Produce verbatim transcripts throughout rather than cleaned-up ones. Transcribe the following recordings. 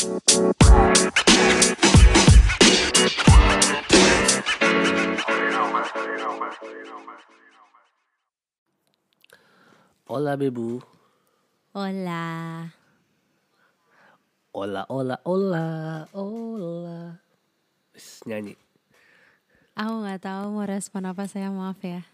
Hola Bebu. Hola. Hola, hola, hola, hola. Is, nyanyi. Aku nggak tahu mau respon apa, saya maaf ya.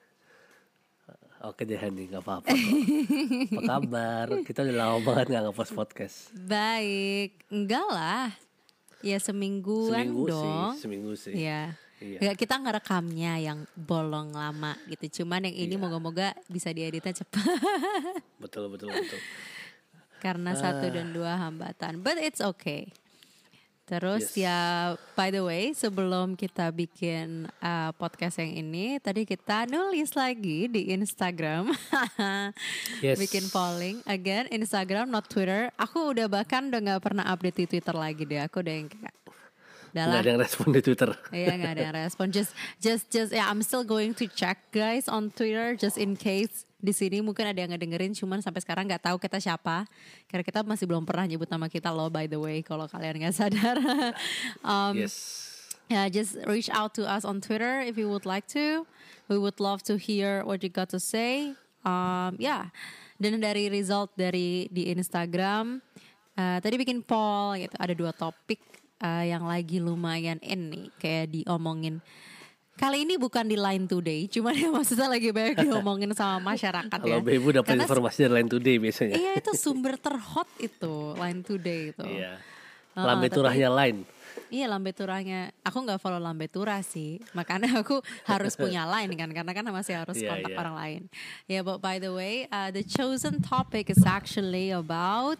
Oke deh Hani, gak apa-apa kok. Apa kabar? Kita udah lama banget gak nge-post podcast. Baik, enggak lah. Ya semingguan Seminggu dong. sih, seminggu sih. Ya. Iya. Nggak, kita ngerekamnya yang bolong lama gitu. Cuman yang ini Iya. moga-moga bisa dieditnya cepat. Betul, betul, betul. Karena satu dan dua hambatan. But it's okay. Terus Yes. ya, by the way, sebelum kita bikin uh, podcast yang ini, tadi kita nulis lagi di Instagram, Yes. bikin polling. Again, Instagram, not Twitter. Aku udah bahkan udah nggak pernah update di Twitter lagi deh. Aku udah yang kayak, udah Gak lah. ada yang respon di Twitter. Iya, nggak ada yang respon. Just, just, just. Ya, yeah, I'm still going to check guys on Twitter, just in case di sini mungkin ada yang ngedengerin. Cuman sampai sekarang nggak tahu kita siapa. Karena kita masih belum pernah nyebut nama kita loh, by the way. Kalau kalian nggak sadar. um, Yes. Yeah, just reach out to us on Twitter if you would like to. We would love to hear what you got to say. Um, yeah. Dan dari result dari di Instagram, uh, tadi bikin poll gitu. Ada dua topik uh, yang lagi lumayan in nih, kayak diomongin. Kali ini bukan di Line Today, cuman ya maksudnya lagi banyak diomongin sama masyarakat Kalau ya. Bebu dapat Karena informasi dari Line Today biasanya. Iya, itu sumber terhot itu Line Today itu. Iya. Uh-uh, Lambe tapi- turahnya Line. Iya, Lambe Turahnya. Aku gak follow Lambe Turah sih. Makanya aku harus punya line kan. Karena kan masih harus Iya, kontak iya. orang lain. Ya, yeah, but by the way, uh, the chosen topic is actually about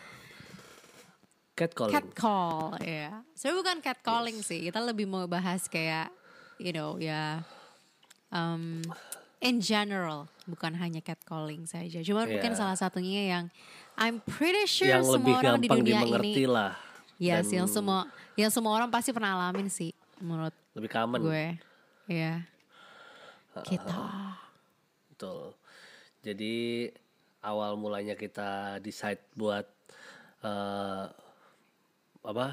Catcalling. catcall. Ya, yeah. Sebenarnya bukan catcalling sih. Kita lebih mau bahas kayak, you know, ya, um, in general. Bukan hanya catcalling saja. Cuman Yeah. mungkin salah satunya yang I'm pretty sure Yang semua lebih orang di gampang dunia dimengerti ini. lah. Yes, Dan yang semua yang semua orang pasti pernah alamin sih menurut lebih common. gue. Iya. Kita. Betul. Jadi awal mulanya kita decide buat eh, apa?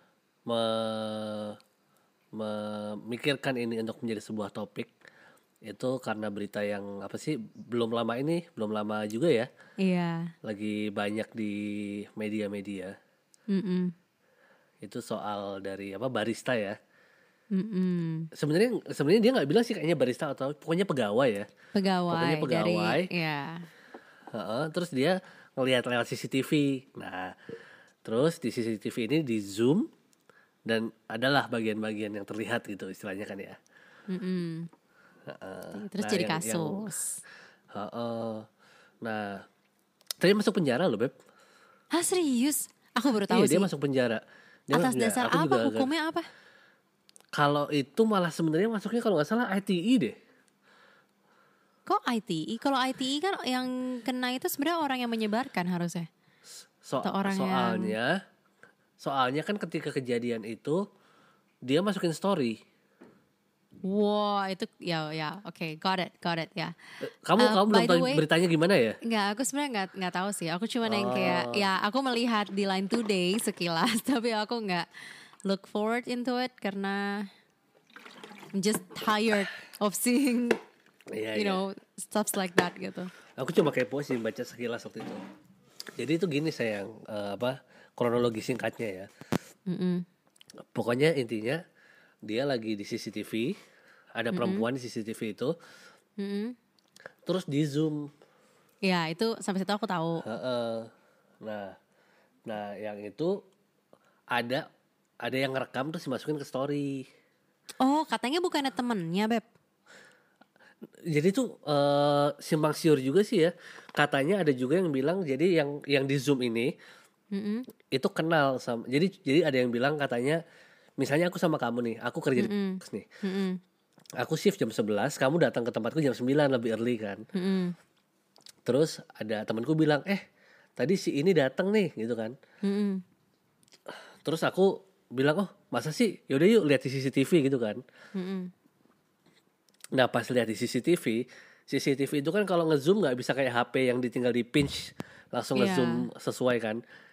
Me- memikirkan ini untuk menjadi sebuah topik itu karena berita yang apa sih belum lama ini, belum lama juga ya. Iya. Lagi banyak di media-media. Mm-mm. Itu soal dari apa barista ya. Mm-mm. Sebenarnya sebenarnya dia nggak bilang sih kayaknya barista atau pokoknya pegawai ya. Pegawai, Pokoknya pegawai. dari ya. Heeh, terus dia ngelihat lewat C C T V. Nah, terus di C C T V ini di zoom dan adalah bagian-bagian yang terlihat gitu istilahnya kan ya. Mm-mm. Heeh. Terus Nah, jadi yang- kasus. yang- heeh. Nah, tadi masuk penjara loh Beb. Hah, serius? Aku baru tahu Iya, sih. dia masuk penjara. Dia Atas masuk penjara. dasar Aku apa? juga agak- Hukumnya apa? Kalau itu malah sebenarnya masuknya kalau nggak salah I T E deh. Kok I T I? Kalau I T I kan yang kena itu sebenarnya orang yang menyebarkan harusnya. So- Atau orang yang- soalnya, soalnya kan ketika kejadian itu dia masukin story. Wah, itu ya ya oke, got it, got it ya. Eh, Kamu Uh, kamu by belum the tahu way- beritanya gimana ya? Enggak, aku sebenarnya nggak nggak tahu sih. Aku cuma yang kayak Oh. ya aku melihat di Line Today sekilas, tapi aku nggak look forward into it karena I'm just tired of seeing Iya, you iya. know stuff like that gitu. Aku cuma kepo sih baca sekilas waktu itu. Jadi itu gini sayang, eh, apa kronologi singkatnya ya. Mm-mm. Pokoknya intinya dia lagi di C C T V, ada perempuan di C C T V itu, Mm-mm. terus di zoom. Ya itu sampai situ aku tahu. Heeh. Nah, nah yang itu ada ada yang ngerekam terus dimasukin ke story. Oh, katanya bukannya temennya, Beb. Jadi tuh eh, simpang siur juga sih ya. Katanya ada juga yang bilang jadi yang yang di zoom ini Mm-mm. itu kenal sama. Jadi jadi ada yang bilang katanya misalnya aku sama kamu nih, aku kerja di kampus nih. Mm-mm. Aku shift jam sebelas, kamu datang ke tempatku jam sembilan lebih early kan. Mm-mm. Terus ada temanku bilang, "Eh, tadi si ini datang nih," gitu kan. Mm-mm. Terus aku bilang, "Oh, masa sih? Yaudah yuk lihat di C C T V," gitu kan. Mm-mm. Nah, pas lihat di C C T V, C C T V itu kan kalau ngezoom nggak bisa kayak H P yang ditinggal di pinch langsung Iya. ngezoom sesuai kan.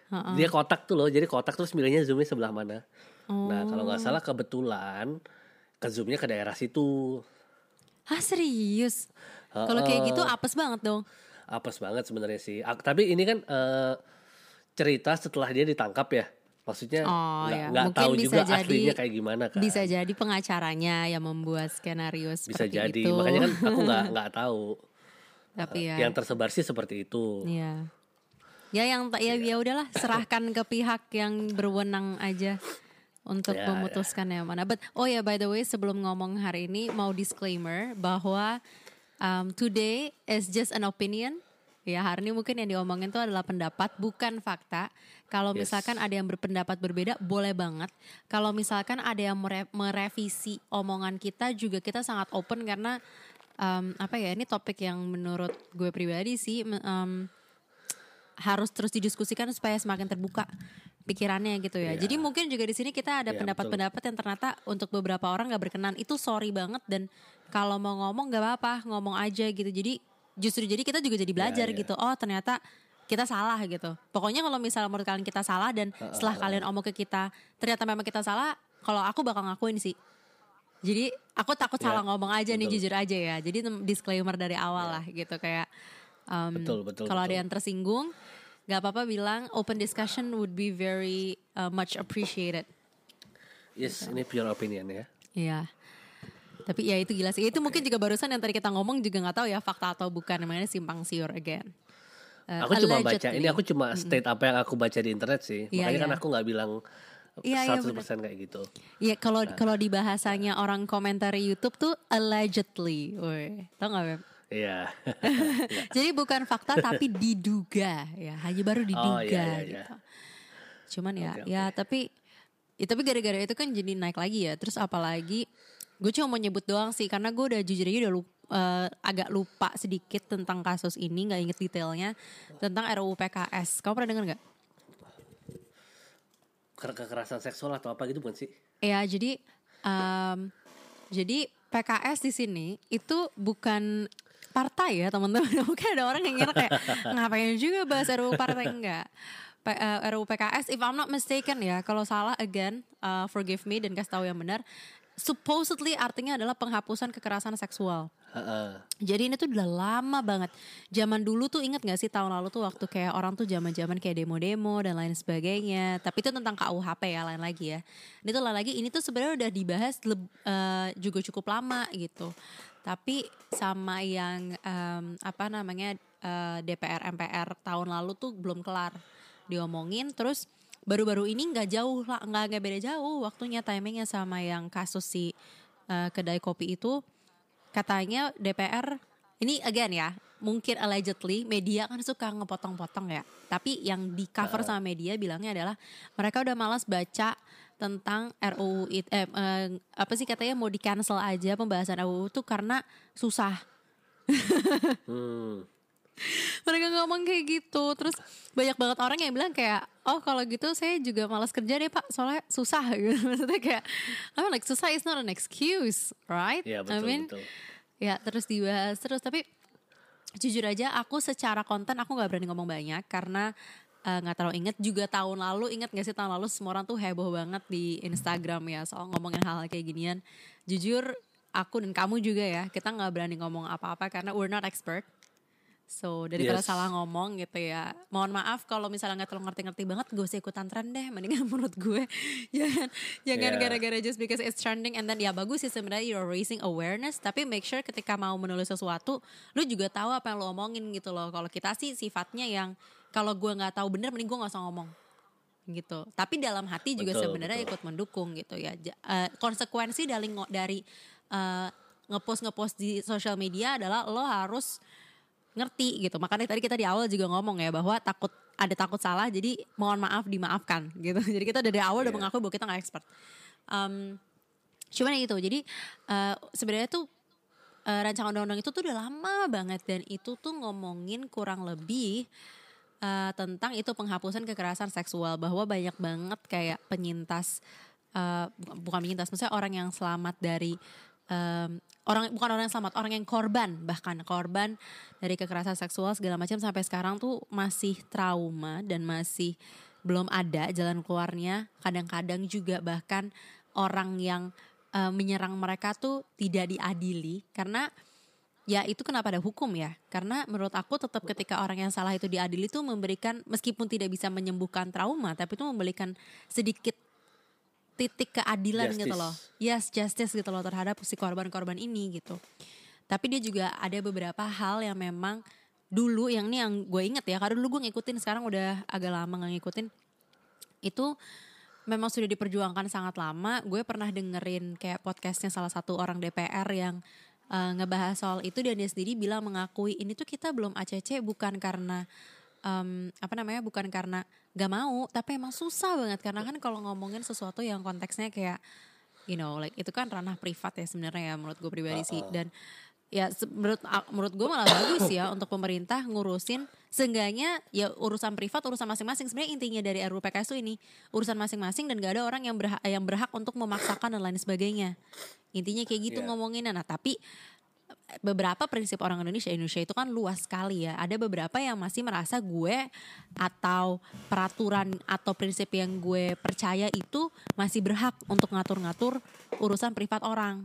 Ha-ha. Dia kotak tuh loh, jadi kotak terus milihnya zoomnya sebelah mana. Oh. Nah kalau nggak salah kebetulan ke zoomnya ke daerah situ. Hah serius? Kalau kayak gitu apes banget dong. Apes banget sebenarnya sih. A- tapi ini kan eh, cerita setelah dia ditangkap ya. Maksudnya Oh nggak ya, nggak mungkin tahu bisa juga jadi aslinya kayak gimana kan. bisa jadi pengacaranya yang membuat skenario Bisa seperti jadi. itu. Makanya kan aku nggak nggak tahu. Tapi Eh, ya, Yang tersebar sih seperti itu. ya, ya yang ta- ya ya udahlah, serahkan ke pihak yang berwenang aja untuk Ya, memutuskan yang mana. But oh ya, by the way, sebelum ngomong hari ini mau disclaimer bahwa um, today is just an opinion. Ya, hari ini mungkin yang diomongin itu adalah pendapat, bukan fakta. Kalau Yes. misalkan ada yang berpendapat berbeda, boleh banget. Kalau misalkan ada yang mere- merevisi omongan kita, juga kita sangat open karena um, apa ya, ini topik yang menurut gue pribadi sih um, harus terus didiskusikan supaya semakin terbuka pikirannya gitu ya. Iya. Jadi mungkin juga di sini kita ada Iya, pendapat-pendapat yang ternyata untuk beberapa orang nggak berkenan. Itu sorry banget, dan kalau mau ngomong nggak apa-apa, ngomong aja gitu. Jadi justru jadi kita juga jadi belajar iya. gitu. Oh ternyata kita salah gitu. Pokoknya kalau misalnya menurut kalian kita salah dan setelah kalian omong ke kita ternyata memang kita salah, kalau aku bakal ngakuin sih. Jadi aku takut Ya, salah ngomong aja nih, betul. jujur aja ya. Jadi tem- disclaimer dari awal lah gitu, kayak um, Betul, betul, kalau ada betul. yang tersinggung gak apa-apa bilang, open discussion would be very uh, much appreciated. Yes, ini pure opinion ya. Iya. Tapi ya itu gila sih. Itu mungkin juga barusan yang tadi kita ngomong juga nggak tahu ya fakta atau bukan, namanya simpang siur again. Uh, Aku cuma baca, allegedly. ini aku cuma state apa yang aku baca di internet sih. Iya, Makanya kan iya. aku nggak bilang Iya, iya, seratus persen kayak gitu. Iya, kalau kalau di bahasanya orang komentar YouTube tuh allegedly. Woi, tau nggak Beb? Iya. Jadi bukan fakta tapi diduga ya, hanya baru diduga Oh, iya, iya, iya. gitu. Cuman ya, Oke, ya tapi ya tapi gara-gara itu kan jadi naik lagi ya. Terus apalagi gue cuma mau nyebut doang sih, karena gue udah jujur aja udah lupa, eh, agak lupa sedikit tentang kasus ini, nggak inget detailnya tentang R U U P K S. Kamu pernah dengar nggak? Ke- Kekerasan seksual atau apa gitu bukan sih? Ya jadi em, jadi P K S di sini itu bukan partai ya teman-teman. Mungkin ada orang yang ngira kayak ngapain juga bahas R U U partai, enggak. P- eh, R U U P K S, if I'm not mistaken ya, kalau salah again uh, forgive me dan kasih tahu yang benar. Supposedly artinya adalah penghapusan kekerasan seksual. Heeh. Jadi ini tuh udah lama banget. Zaman dulu tuh inget gak sih tahun lalu tuh waktu kayak orang tuh zaman-zaman kayak demo-demo dan lain sebagainya. Tapi itu tentang K U H P ya, lain lagi ya. Ini tuh lain lagi, ini tuh sebenarnya udah dibahas leb- eh, juga cukup lama gitu. Tapi sama yang em, apa namanya eh, D P R M P R tahun lalu tuh belum kelar diomongin. Terus baru-baru ini nggak jauh lah, nggak nggak beda jauh waktunya timingnya sama yang kasus si eh, kedai kopi itu. Katanya D P R ini again ya, mungkin allegedly media kan suka ngepotong-potong ya. Tapi yang di cover sama media bilangnya adalah mereka udah malas baca tentang R U U it, eh, eh, apa sih katanya mau di cancel aja pembahasan R U U tuh karena susah. Hmm. Mereka ngomong kayak gitu. Terus banyak banget orang yang bilang kayak, oh kalau gitu saya juga malas kerja deh pak, soalnya susah gitu. Maksudnya kayak, I mean like susah is not an excuse, right? Iya, I betul, mean, betul. ya terus dibahas terus. Tapi jujur aja aku secara konten aku nggak berani ngomong banyak karena nggak uh, terlalu inget. Juga tahun lalu, inget gak sih tahun lalu semua orang tuh heboh banget di Instagram ya soal ngomongin hal-hal kayak ginian. Jujur aku dan kamu juga ya, kita nggak berani ngomong apa-apa karena we're not expert. So daripada Yes. salah ngomong gitu ya, mohon maaf kalau misalnya nggak terlalu ngerti-ngerti banget, gak usah ikutan tren deh, mendingan menurut gue jangan jangan Yeah. gara-gara just because it's trending and then ya bagus sih sebenarnya you're raising awareness, tapi make sure ketika mau menulis sesuatu lu juga tahu apa yang lu omongin gitu loh. Kalau kita sih sifatnya yang kalau gue nggak tahu bener mending gue nggak usah ngomong gitu, tapi dalam hati juga Betul, sebenarnya betul. ikut mendukung gitu ya. Ja- eh, konsekuensi dari ngo- dari eh, ngepost ngepost di sosial media adalah lo harus ngerti gitu. Makanya tadi kita di awal juga ngomong ya bahwa takut ada takut salah, jadi mohon maaf dimaafkan gitu. Jadi kita dari awal udah Iya. mengakui bahwa kita nggak expert. Um, cuman ya gitu. Jadi uh, sebenarnya tuh uh, rancangan undang-undang itu tuh udah lama banget dan itu tuh ngomongin kurang lebih uh, tentang itu penghapusan kekerasan seksual, bahwa banyak banget kayak penyintas uh, bukan penyintas, maksudnya orang yang selamat dari um, orang bukan orang yang selamat, orang yang korban, bahkan korban dari kekerasan seksual segala macam sampai sekarang tuh masih trauma dan masih belum ada jalan keluarnya. Kadang-kadang juga bahkan orang yang uh, menyerang mereka tuh tidak diadili karena ya itu kenapa ada hukum ya. Karena menurut aku tetap ketika orang yang salah itu diadili tuh memberikan, meskipun tidak bisa menyembuhkan trauma, tapi itu memberikan sedikit titik keadilan Justice. gitu loh. Yes, justice gitu loh terhadap si korban-korban ini gitu. Tapi dia juga ada beberapa hal yang memang dulu, yang ini yang gue inget ya, karena dulu gue ngikutin, sekarang udah agak lama gak ngikutin. Itu memang sudah diperjuangkan sangat lama. Gue pernah dengerin kayak podcastnya salah satu orang D P R yang uh, ngebahas soal itu, dan dia sendiri bilang mengakui ini tuh kita belum A C C bukan karena Um, apa namanya bukan karena gak mau, tapi emang susah banget karena kan kalau ngomongin sesuatu yang konteksnya kayak you know like itu kan ranah privat ya sebenarnya ya menurut gue pribadi sih. Dan ya se- menurut menurut gue malah bagus ya untuk pemerintah ngurusin seenggaknya ya urusan privat, urusan masing-masing. Sebenarnya intinya dari R U U P K S itu ini urusan masing-masing dan gak ada orang yang berhak yang berhak untuk memaksakan dan lain sebagainya. Intinya kayak gitu Yeah. ngomonginnya. Nah tapi beberapa prinsip orang Indonesia, Indonesia itu kan luas sekali ya. Ada beberapa yang masih merasa gue atau peraturan atau prinsip yang gue percaya itu masih berhak untuk ngatur-ngatur urusan privat orang.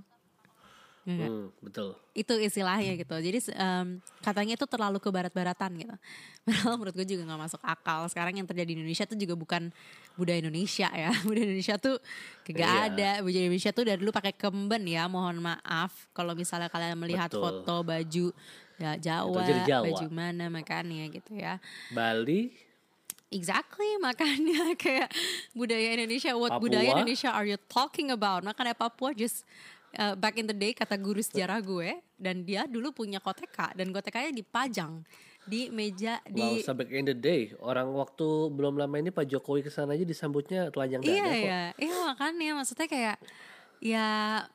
Ya, Hmm, betul. itu istilahnya gitu. Jadi um, katanya itu terlalu ke barat-baratan gitu. Padahal menurut gue juga gak masuk akal. Sekarang yang terjadi di Indonesia tuh juga bukan budaya Indonesia ya. Budaya Indonesia tuh kagak Iya. ada. Budaya Indonesia tuh dari dulu pakai kemben ya. Mohon maaf kalau misalnya kalian melihat Betul. foto baju ya Jawa, Itu jadi Jawa. baju mana makanya gitu ya. Bali, Exactly, makanya kayak budaya Indonesia, what Papua. budaya Indonesia are you talking about? Makanya Papua just uh, back in the day kata guru sejarah gue, dan dia dulu punya koteka dan kotekanya dipajang di meja nggak di usah back in the day. Orang waktu belum lama ini Pak Jokowi kesana aja disambutnya telanjang dada iya kok. ya, iya makanya maksudnya kayak ya,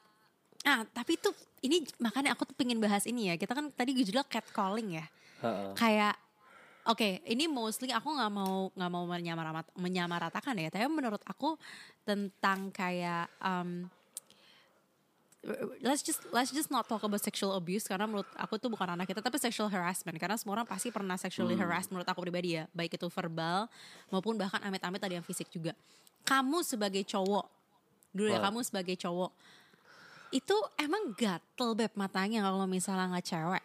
ah tapi tuh ini makanya aku tuh pengen bahas ini ya. Kita kan tadi judulnya catcalling ya, Ha-ha. kayak oke, ini mostly aku nggak mau nggak mau menyamaramat- menyamaratakan ya, tapi menurut aku tentang kayak um, let's just let's just not talk about sexual abuse karena menurut aku tuh bukan ranah kita, tapi sexual harassment karena semua orang pasti pernah sexually harassed menurut aku pribadi ya, baik itu verbal maupun bahkan amit-amit ada yang fisik juga. Kamu sebagai cowok dulu ya, Ah. kamu sebagai cowok itu emang gatel beb matanya kalau misalnya nggak cewek?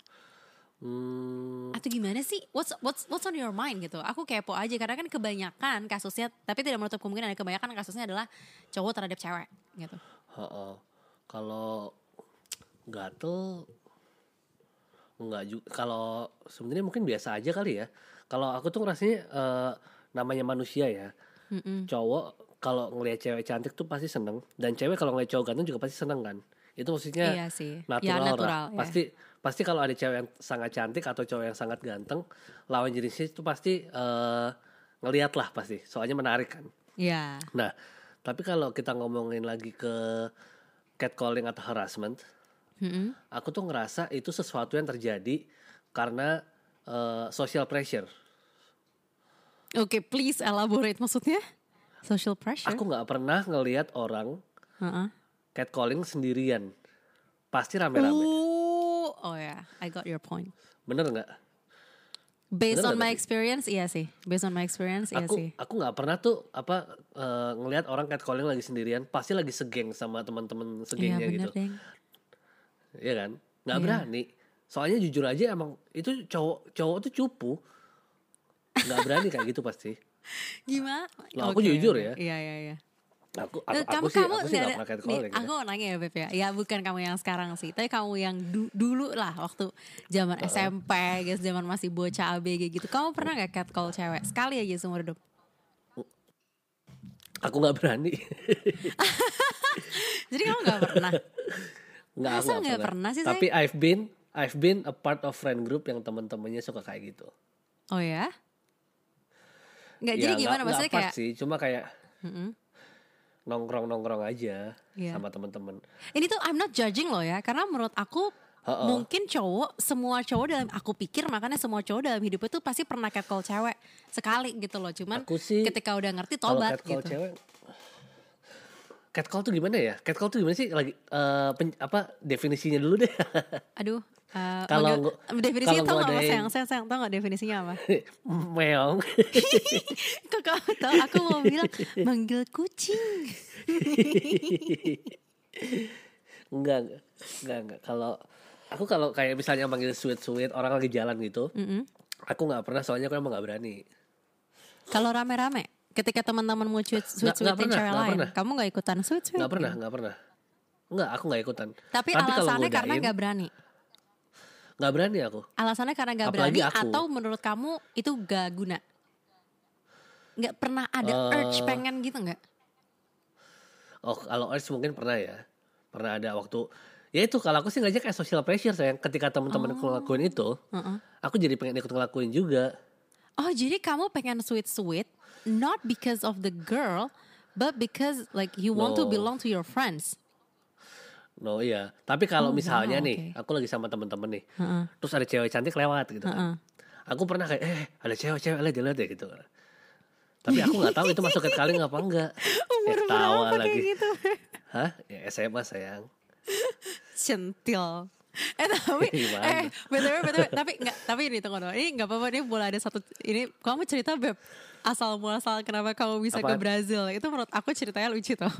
Hmm, Atau gimana sih? What's what's what's on your mind gitu? Aku kepo aja karena kan kebanyakan kasusnya, tapi tidak menutup kemungkinan ada kebanyakan kasusnya adalah cowok terhadap cewek gitu. ha-ha. Kalau gatel enggak juga. Kalau sebenarnya mungkin biasa aja kali ya. Kalau aku tuh rasanya namanya manusia ya. Cowok kalau ngelihat cewek cantik tuh pasti seneng, dan cewek kalau ngelihat cowok ganteng juga pasti seneng kan. Itu maksudnya Iya sih. natural, Ya, lah. natural, ya. Pasti pasti kalau ada cewek yang sangat cantik atau cowok yang sangat ganteng, lawan jenisnya itu pasti eh, ngelihat lah pasti. Soalnya menarik kan. Iya. Nah, tapi kalau kita ngomongin lagi ke catcalling atau harassment, Mm-mm. aku tuh ngerasa itu sesuatu yang terjadi karena eh, social pressure. Oke, please elaborate maksudnya? Social pressure? Aku nggak pernah ngelihat orang Uh-uh. catcalling sendirian. Pasti rame-rame. Ooh, oh ya, I got your point. Bener nggak? Based Bener on nggak my tapi? experience, iya sih. Based on my experience, iya Aku sih. aku nggak pernah tuh apa eh, ngelihat orang catcalling lagi sendirian. Pasti lagi segeng sama teman-teman Iya segengnya bener gitu. deng. Iya kan? Nggak Iya. berani. Soalnya jujur aja emang itu cowok cowok tuh cupu. Nggak berani kayak gitu pasti. Gimana? Loh, aku Oke, jujur oke. ya. Iya iya iya. Aku Nah, aku, aku sih aku sih nggak pernah catcalling. nih, ya. aku mau nanya ya Beb ya. Ya bukan kamu yang sekarang sih, tapi kamu yang du- dulu lah waktu zaman S M P, guys, zaman masih bocah A B G gitu. Kamu pernah gak catcall cewek? Sekali aja seumur hidup. Aku nggak berani. Jadi kamu gak pernah? Nggak, aku Masa nggak nggak pernah sih, Say? Tapi I've been I've been a part of friend group yang teman-temannya suka kayak gitu. Oh ya? Nggak, Ya, jadi nggak- gimana nggak maksudnya pas kayak sih, cuma kayak Mm-mm. nongkrong-nongkrong aja Iya. sama teman-teman. Ini tuh I'm not judging loh ya, karena menurut aku Ha-ha. mungkin cowok, semua cowok dalam aku pikir makanya semua cowok dalam hidup itu pasti pernah catcall cewek sekali gitu loh. Cuman Aku sih ketika udah ngerti kalau tobat catcall gitu. cewek, catcall tuh gimana ya? Catcall tuh gimana sih? Lagi eh, pen- apa definisinya dulu deh? Aduh, Uh, Kalau manggil- nggak- definisinya kalau tau nggak ngadain- mas sayang sayang sayang tau nggak definisinya apa? Meong. Kok kamu tahu? Aku mau bilang manggil kucing. Enggak, enggak, enggak, enggak. Kalau aku kalau kayak misalnya manggil sweet-sweet orang lagi jalan gitu, Mm-mm. aku nggak pernah soalnya aku emang nggak berani. Kalau rame-rame, ketika teman-teman mau sweet sweet Nggak- nggak sweetin pernah, cewek nggak lain, pernah. kamu nggak ikutan sweet sweet? Nggak pernah, nggak pernah. Enggak, aku nggak ikutan. Tapi, kalau alasannya karena godain, nggak berani. nggak berani aku. Alasannya karena nggak Apalagi berani aku. atau menurut kamu itu gak guna? Nggak pernah ada Eh. urge pengen gitu nggak? Oh, kalau urge mungkin pernah ya. Pernah ada waktu. Ya itu kalau aku sih ngajak kayak social pressure sayang. Ketika teman-teman aku ngelakuin itu, Uh-uh. aku jadi pengen ikut ngelakuin juga. Oh jadi kamu pengen sweet sweet, not because of the girl, but because like you want to No. belong to your friends. No iya. Tapi kalau Oh, misalnya wow, nih, oke. aku lagi sama temen-temen nih, Uh-uh. terus ada cewek cantik lewat gitu kan. Uh-uh. Aku pernah kayak, eh ada cewek-cewek lihat lihat ya gitu. Tapi aku nggak tahu itu masuk ke kaleng apa enggak. Umur Eh, tawa berapa lagi. kayak gitu? Hah? Ya S M A sayang. Centil. Eh tapi Gimana? eh btw btw tapi nggak tapi ini tunggu dong, ini nggak apa-apa, ini boleh ada satu ini kamu cerita beb asal muasal kenapa kamu bisa ke Apaan? Brazil itu menurut aku ceritanya lucu tau.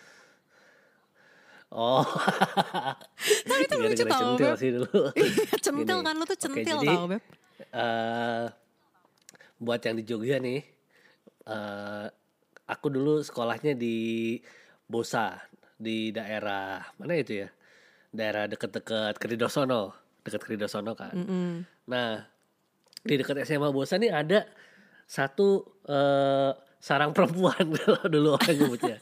Oh. Tapi itu lucu Gara-gara tau centil beb. sih dulu. Centil Gini. kan lu tuh Oke, centil jadi, tau beb. eh, buat yang di Jogja nih, eh, aku dulu sekolahnya di Bosa, di daerah mana itu ya? Daerah deket-deket Kridosono, deket Kridosono kan. Nah, di dekat S M A Bosa nih ada satu eh, sarang perempuan kalau dulu orang nyebutnya.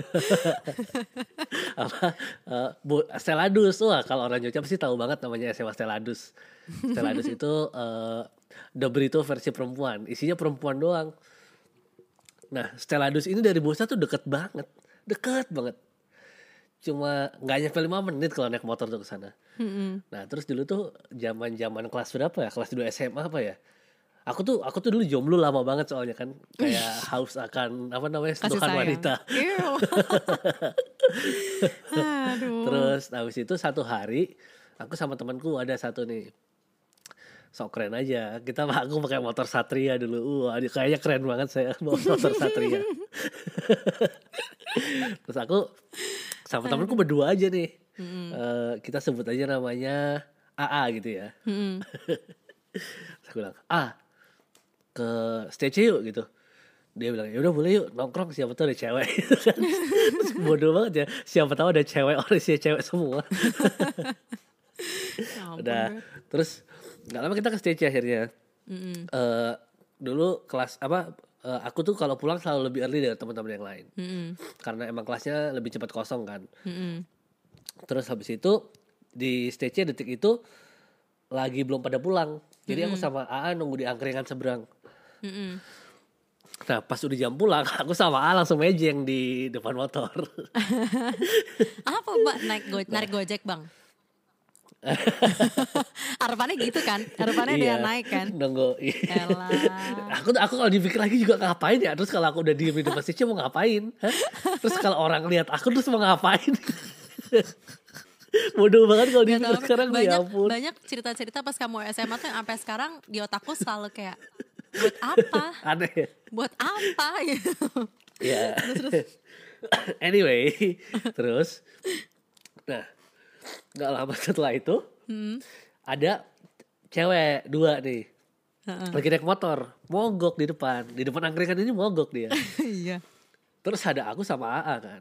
Apa? eh, Bu, Steladus. Wah, kalau orang Jogja pasti tahu banget namanya S M A Steladus. Steladus itu eh, The Brito versi perempuan. Isinya perempuan doang. Nah, Steladus ini dari Bosa tuh deket banget. Deket banget. Cuma nggak nyampe lima menit kalau naik motor tuh ke sana. Nah, terus dulu tuh zaman-zaman kelas berapa ya? Kelas dua S M A apa ya? Aku tuh aku tuh dulu jomblo lama banget soalnya kan, kayak haus akan apa namanya Kasih sentuhan sayang. wanita. Ew. Aduh. Terus habis itu satu hari aku sama temanku ada satu nih. Sok keren aja. Kita aku pakai motor Satria dulu. Wah, kayaknya keren banget saya bawa motor Satria. Terus aku sama temanku berdua aja nih. Eh, kita sebut aja namanya A A gitu ya. Terus aku bilang, "Ah, ke stage yuk," gitu. Dia bilang, "Ya udah boleh yuk nongkrong, siapa tahu ada cewek." Terus bodoh banget ya, siapa tahu ada cewek, orang isinya cewek semua. Ya ampun, Udah, Beb. terus nggak lama kita ke stage akhirnya. Eh, dulu kelas apa? eh, aku tuh kalau pulang selalu lebih early dari teman-teman yang lain, karena emang kelasnya lebih cepat kosong kan. Terus habis itu di stage detik itu lagi belum pada pulang, jadi aku sama A A nunggu di angkringan seberang. Nah pas udah jam pulang, aku sama A langsung mejeng di depan motor. Apa mbak naik go narik gojek bang? Harapannya gitu kan, harapannya dia Iya, naik kan. nunggu. Iya. Elah. Aku aku kalau dipikir lagi juga ngapain ya. Terus kalau aku udah diem di depan stage mau ngapain? Hah? Terus kalau orang lihat aku terus mau ngapain? Bodoh banget kalau Gak dipikir tahu, sekarang. banyak Ya ampun. banyak cerita-cerita pas kamu S M A tuh yang sampai sekarang di otakku selalu kayak buat apa? Aneh ya. Buat apa gitu. Ya. Anyway, terus, nah, nggak lama setelah itu ada cewek dua nih, lagi naik motor, mogok di depan, di depan angkringan ini mogok dia. Iya. Terus ada aku sama A A kan.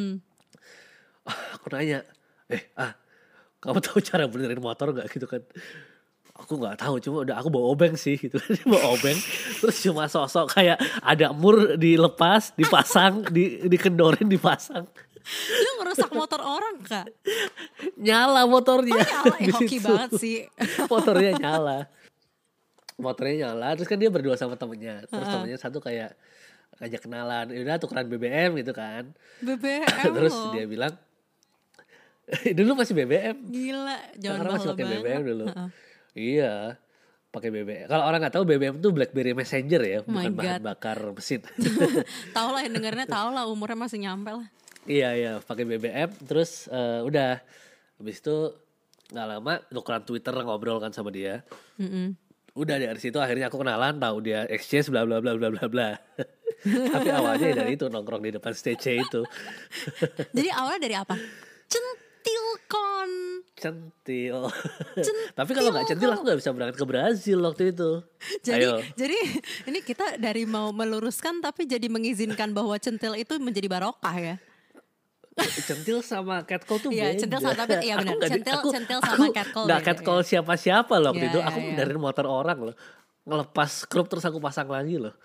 Aku nanya, eh ah, kamu tahu cara benerin motor nggak gitu kan? Aku nggak tahu, cuma udah aku bawa obeng sih gitu. Dia bawa obeng, terus cuma sosok kayak ada mur dilepas, dipasang, di dikendorin, dipasang. Lu ngerusak motor orang kak? Nyala motornya. Oh nyala, ya Di hoki situ. banget sih. Motornya nyala. Motornya nyala, terus kan dia berdua sama temennya. Terus temennya satu kayak ngajak kenalan, yaudah tukeran B B M gitu kan. B B M Terus loh. dia bilang, dulu masih B B M. Gila, jangan Sekarang masih bahula pakai B B M banget. dulu. Iya, pakai B B M. Kalau orang nggak tahu B B M itu BlackBerry Messenger ya, Oh my bukan bahan God. bakar mesin. Tahu lah yang dengarnya tahu lah umurnya masih nyampe lah. Iya iya, pakai B B M. Terus eh, udah, habis itu nggak lama tukeran Twitter ngobrol kan sama dia. Mm-mm. Udah dari situ akhirnya aku kenalan, tahu dia exchange bla bla bla bla bla bla. Tapi awalnya dari itu nongkrong di depan stage itu. Jadi awalnya dari apa? Centil kon. Centil. Centil Tapi kalau nggak centil aku nggak bisa berangkat ke Brazil waktu itu. Jadi Ayo. jadi ini kita dari mau meluruskan tapi jadi mengizinkan bahwa centil itu menjadi barokah ya. Centil sama catcall tuh Iya, beda. centil sama tapi iya benar. Aku nggak di- Centil aku- centil aku sama catcall. nggak beda, catcall ya. siapa-siapa loh waktu Iya, itu. iya, Aku iya. dari motor orang loh. Ngelepas skrup terus aku pasang lagi loh.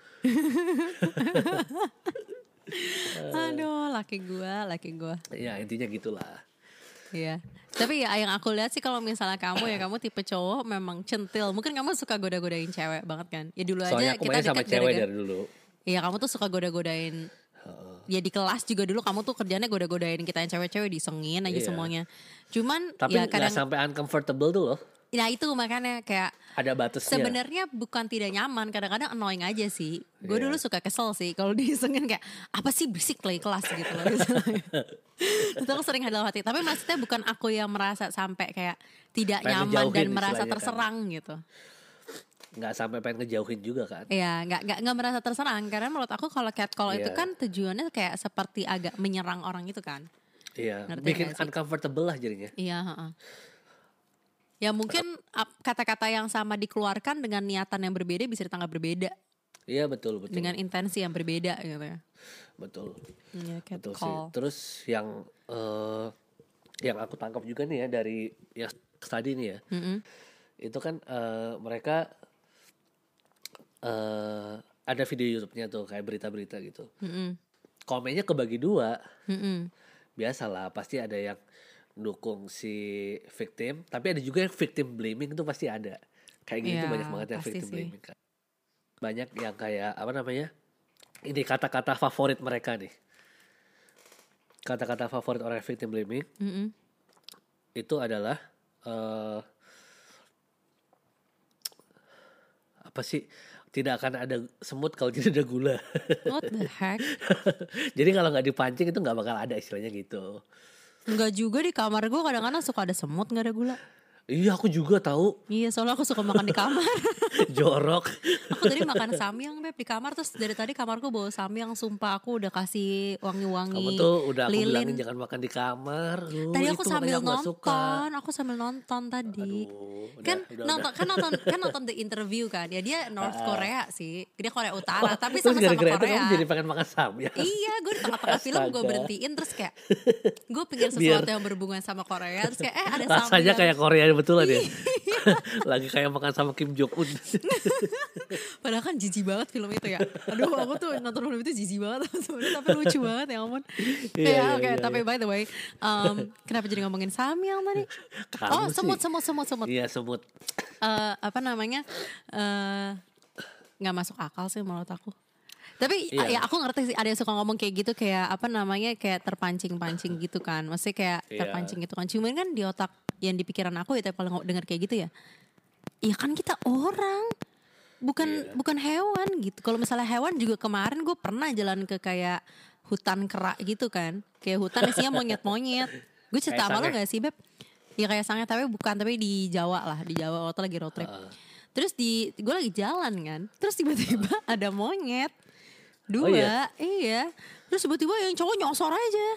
Aduh, laki gua, laki gua. Ya intinya gitulah. Iya. Tapi ya yang aku lihat sih kalau misalnya kamu ya kamu tipe cowok memang centil. Mungkin kamu suka goda-godain cewek banget kan? Ya dulu Soalnya aja aku kita main sama deket cewek gara-gara. dari dulu. Iya, kamu tuh suka goda-godain. Ya di kelas juga dulu kamu tuh kerjanya goda-godain kita yang cewek-cewek, disengin aja Iya. semuanya. Cuman Tapi ya nggak kadang sampai uncomfortable tuh loh. nah itu makanya kayak Ada batasnya. sebenarnya bukan tidak nyaman, kadang-kadang annoying aja sih. Gue Iya. dulu suka kesel sih kalau disengin kayak apa sih berisik lagi kelas gitu loh. Itu aku sering ada dalam hati. Tapi maksudnya bukan aku yang merasa sampai kayak tidak Pengen nyaman dan ngejauhin merasa istilahnya kan. terserang gitu. Nggak sampai pengen ngejauhin juga kan. Iya, nggak nggak nggak merasa terserang karena menurut aku kalau catcall itu Iya. kan tujuannya kayak seperti agak menyerang orang itu kan. Iya. Ngerti Bikin nggak sih? uncomfortable lah jadinya. Iya, heeh. Ya mungkin ap- kata-kata yang sama dikeluarkan dengan niatan yang berbeda bisa ditangkap berbeda Iya betul betul. dengan intensi yang berbeda gitu ya. Betul. Iya, Betul sih. catcall. Terus yang eh yang aku tangkap juga nih ya dari yang tadi nih ya. Mm-mm. Itu kan eh, mereka eh ada video YouTube-nya tuh kayak berita-berita gitu. Mm-mm. Komennya kebagi dua. Mm-mm. Biasalah pasti ada yang dukung si victim, tapi ada juga yang victim blaming itu pasti ada. Kayak gitu Iya, banyak banget yang pasti victim sih. blaming kan. Banyak yang kayak apa namanya? Ini kata-kata favorit mereka nih. Kata-kata favorit orang yang victim blaming Mm-mm. itu adalah eh apa sih? Tidak akan ada semut kalau tidak ada gula. What the heck? Jadi kalau nggak dipancing itu nggak bakal ada istilahnya gitu. Enggak juga, di kamar gue kadang-kadang suka ada semut nggak ada gula. Iya aku juga tahu. Iya, soalnya aku suka makan di kamar. Jorok. Aku tadi makan samyang beb di kamar, terus dari tadi kamarku bawa samyang, sumpah aku udah kasih wangi-wangi Kamu tuh udah aku lilin. bilangin jangan makan di kamar. Duh, Tadi aku itu sambil makanya aku nggak suka. nonton, aku sambil nonton tadi. Aduh, udah, kan udah, nonton udah. kan nonton kan nonton The Interview kan. Ya dia North Korea sih. Dia Korea Utara, tapi Terus sama-sama gara-gara itu Korea. kamu jadi pengen makan samyang. Iya, gue di tengah-tengah film gue Astaga. berhentiin terus kayak gue pengen sesuatu Biar- yang berhubungan sama Korea, terus kayak eh ada Rasanya samyang. kayak Korea betulan ya. Iya. Lagi kayak makan sama Kim Jong Un. Padahal kan jijik banget film itu ya. Aduh, aku tuh nonton film itu jijik banget sebenarnya, tapi lucu banget ya ampun. Iya, Ya, iya, oke, iya, tapi by the way, um, kenapa jadi ngomongin samyang tadi? Kamu Oh, sih. semut, semut, semut, semut. Iya semut. Eh, apa namanya? eh nggak masuk akal sih menurut aku. Tapi Iya. ya aku ngerti sih ada yang suka ngomong kayak gitu, kayak apa namanya, kayak terpancing-pancing gitu kan. Maksudnya kayak Iya. terpancing gitu kan. Cuman kan di otak yang di pikiran aku ya kalau dengar kayak gitu ya. Ya kan kita orang. Bukan Iya. bukan hewan gitu. Kalau misalnya hewan juga kemarin gue pernah jalan ke kayak hutan kera gitu kan. Kayak hutan isinya monyet-monyet. Gue cerita Kayak sama lo sange. gak sih Beb? Ya kayak sange tapi bukan, tapi di Jawa lah. Di Jawa waktu lagi road trip. Heeh. Terus di gue lagi jalan kan. Terus tiba-tiba ada monyet. Dua, Oh iya? iya. Terus tiba-tiba yang cowok nyosor aja.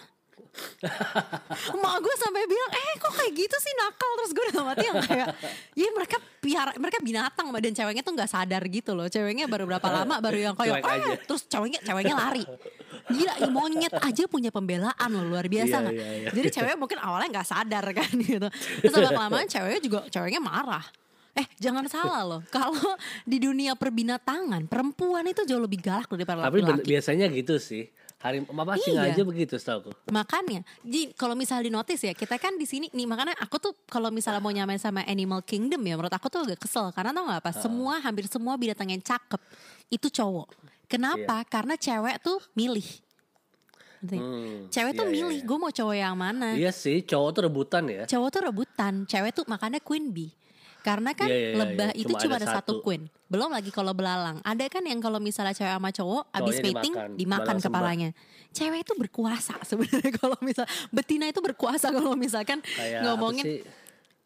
Emak gue sampai bilang, eh kok kayak gitu sih, nakal. Terus gue udah mati yang kayak, ya mereka piara, mereka binatang, dan ceweknya tuh nggak sadar gitu loh. Ceweknya baru berapa lama baru yang kayak, Cuek aja. eh, terus ceweknya ceweknya lari. Gila, ini monyet aja punya pembelaan loh, luar biasa Iya, nggak? iya, iya. Jadi ceweknya mungkin awalnya nggak sadar kan gitu. Terus lama-lama ceweknya juga ceweknya marah. Eh jangan salah loh, kalau di dunia perbinatangan perempuan itu jauh lebih galak daripada Tapi ben- laki-laki. biasanya gitu sih. Hari mama singa Iya. aja begitu setahu. Makanya, jadi kalau misalnya di notice ya, kita kan di sini nih, makanya aku tuh kalau misalnya mau nyamain sama Animal Kingdom ya, menurut aku tuh agak kesel karena tau gak apa, semua hampir semua binatang yang cakep itu cowok. Kenapa? Karena cewek tuh milih. Ngerti? Hmm, Cewek tuh iya, iya, milih, iya. gue mau cowok yang mana. Iya sih, cowok tuh rebutan ya. Cowok tuh rebutan, cewek tuh makanya queen bee. Karena kan Iya, iya, iya, lebah iya. itu Cuma cuma ada ada satu satu. queen. Belum lagi kalau belalang. Ada kan yang kalau misalnya cewek sama cowok abis Cowoknya mating dimakan, dimakan belalang sembah. kepalanya. Cewek itu berkuasa sebenarnya kalau misal betina itu berkuasa kalau misalkan Kayak ngomongin apa sih?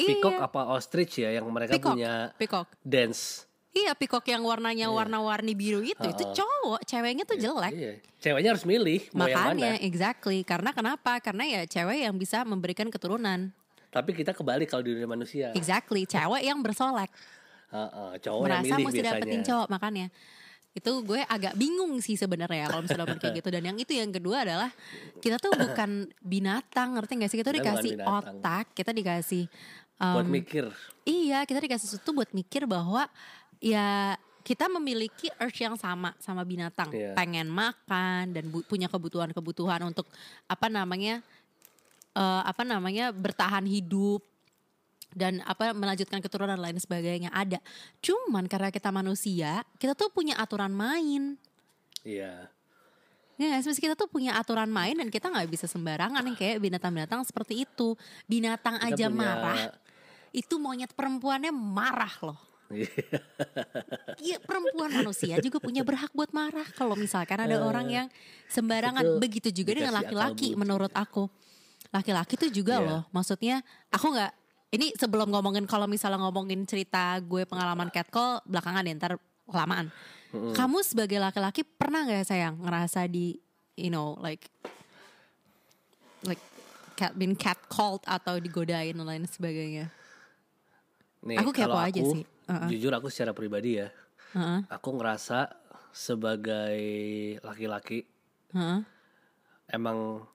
peacock Iya. apa ostrich ya yang mereka Peacock, punya peacock. dance. Iya, peacock yang warnanya warna-warni biru itu, itu cowok, ceweknya tuh jelek. Iya. Ceweknya harus milih mau yang Makanya, mana. exactly. Karena kenapa? Karena ya cewek yang bisa memberikan keturunan. Tapi kita kebalik kalau di dunia manusia. Exactly, cewek yang bersolek. Heeh, cowok yang Merasa milih mesti biasanya. dapetin cowok, makanya. Itu gue agak bingung sih sebenarnya kalau misalnya dapet kayak gitu. Dan yang itu yang kedua adalah kita tuh bukan binatang, ngerti gak sih? Kita tuh Kita bukan dikasih binatang. otak, kita dikasih um, Buat mikir. Iya, kita dikasih sesuatu buat mikir bahwa ya kita memiliki urge yang sama sama binatang, Iya. pengen makan dan bu- punya kebutuhan-kebutuhan untuk apa namanya eh, apa namanya bertahan hidup dan apa melanjutkan keturunan dan lain sebagainya ada. Cuman karena kita manusia, kita tuh punya aturan main. Iya. Ya, nggak sih? Kita tuh punya aturan main dan kita nggak bisa sembarangan yang kayak binatang-binatang seperti itu. Binatang Kita aja punya- marah, itu monyet perempuannya marah loh. Iya, perempuan manusia juga punya berhak buat marah kalau misalkan ada orang yang sembarangan. itu Begitu juga dengan dikasih akal laki-laki budi. menurut aku. Laki-laki tuh juga Iya. loh. Maksudnya aku nggak. Ini sebelum ngomongin kalau misalnya ngomongin cerita gue pengalaman catcall belakangan deh, ntar kelamaan. Kamu sebagai laki-laki pernah nggak sayang ngerasa di you know like like cat been catcalled atau digodain dan lain sebagainya? Nih, Aku kepo kalau aja aku, sih. Uh-uh. Jujur aku secara pribadi ya, Heeh. aku ngerasa sebagai laki-laki Heeh. emang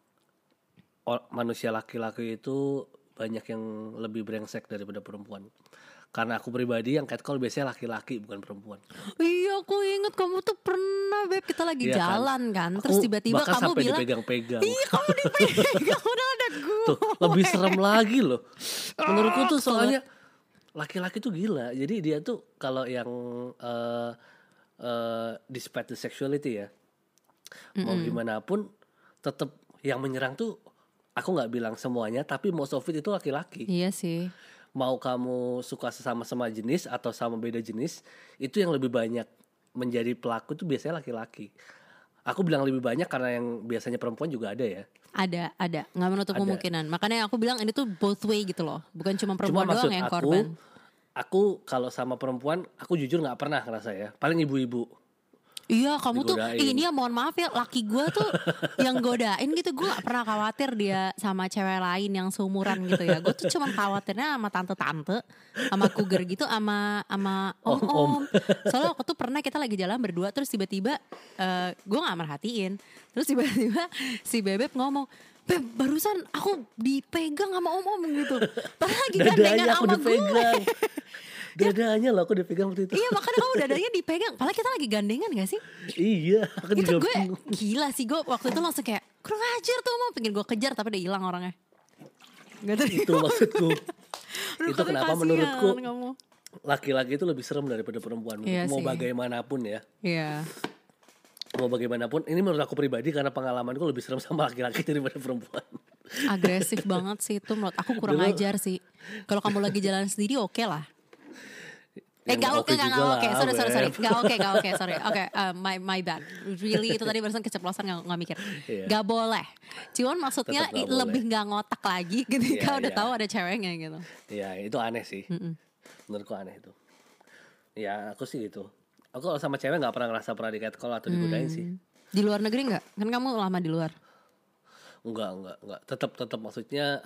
o- manusia laki-laki itu banyak yang lebih brengsek daripada perempuan. Karena aku pribadi yang catcall biasanya laki-laki bukan perempuan. Iya, aku inget kamu tuh pernah, Beb, kita lagi Iya kan? jalan kan, terus Aku tiba-tiba bahkan kamu sampai bilang, dipegang-pegang. iya kamu dipegang, udah ada gue. Tuh, lebih serem lagi loh. Menurutku tuh Ah, soalnya laki-laki tuh gila. Jadi dia tuh kalau yang uh, uh, despite the sexuality ya, mau gimana pun tetap yang menyerang tuh aku nggak bilang semuanya, tapi most of it itu laki-laki. Iya sih. Mau kamu suka sesama-sama jenis atau sama beda jenis, itu yang lebih banyak menjadi pelaku tuh biasanya laki-laki. Aku bilang lebih banyak karena yang biasanya perempuan juga ada ya. Ada, ada, nggak menutup Ada. kemungkinan. Makanya aku bilang ini tuh both way gitu loh, bukan cuma Cuma perempuan maksud doang yang aku, korban. aku kalau sama perempuan, aku jujur nggak pernah ngerasa ya. Paling ibu-ibu. Iya, kamu tuh Digodain. ini ya mohon maaf ya, laki gue tuh yang godain gitu. Gue gak pernah khawatir dia sama cewek lain yang seumuran gitu ya. Gue tuh cuma khawatirnya sama tante-tante, sama cougar gitu, sama sama om-om. Soalnya waktu tuh pernah kita lagi jalan berdua, terus tiba-tiba eh, gue gak merhatiin. Terus tiba-tiba si Bebek ngomong, Beb, barusan aku dipegang sama om-om gitu. Padahal lagi gandengan Dadanya aku sama gue. dipegang. Dadanya loh aku dipegang waktu itu. Iya, makanya kamu dadanya dipegang. Padahal kita lagi gandengan gak sih? Iya, aku Itu juga gue bingung. gila sih, gue waktu itu langsung kayak kurang ajar tuh, mau pengen gue kejar tapi udah hilang orangnya. Gak tahu. Itu maksudku. Aduh, Itu tapi kenapa kasihan menurutku kamu. laki-laki itu lebih serem daripada perempuan. Iya Mau sih. bagaimanapun ya. Iya. Mau bagaimanapun, ini menurut aku pribadi karena pengalamanku lebih serem sama laki-laki daripada perempuan. Agresif banget sih itu, menurut aku kurang Dulu- ajar sih. Kalau kamu lagi jalan sendiri oke lah. Eh Ya, gak oke, gak juga oke, lah, sorry, sorry, sorry, Beb. gak oke, gak oke, sorry, oke, uh, my my bad, really itu tadi barusan keceplosan gak, gak mikir, Iya. gak boleh, cuman maksudnya Tetep gak i- lebih boleh. gak ngotak lagi ketika Iya, udah iya. tahu ada ceweknya gitu. Ya itu aneh sih. Menurutku aneh itu. Ya aku sih gitu. Aku kalau sama cewek gak pernah ngerasa pernah di catcall atau digodain sih. Di luar negeri nggak? Kan kamu lama di luar. Enggak, enggak, enggak. Tetap tetap maksudnya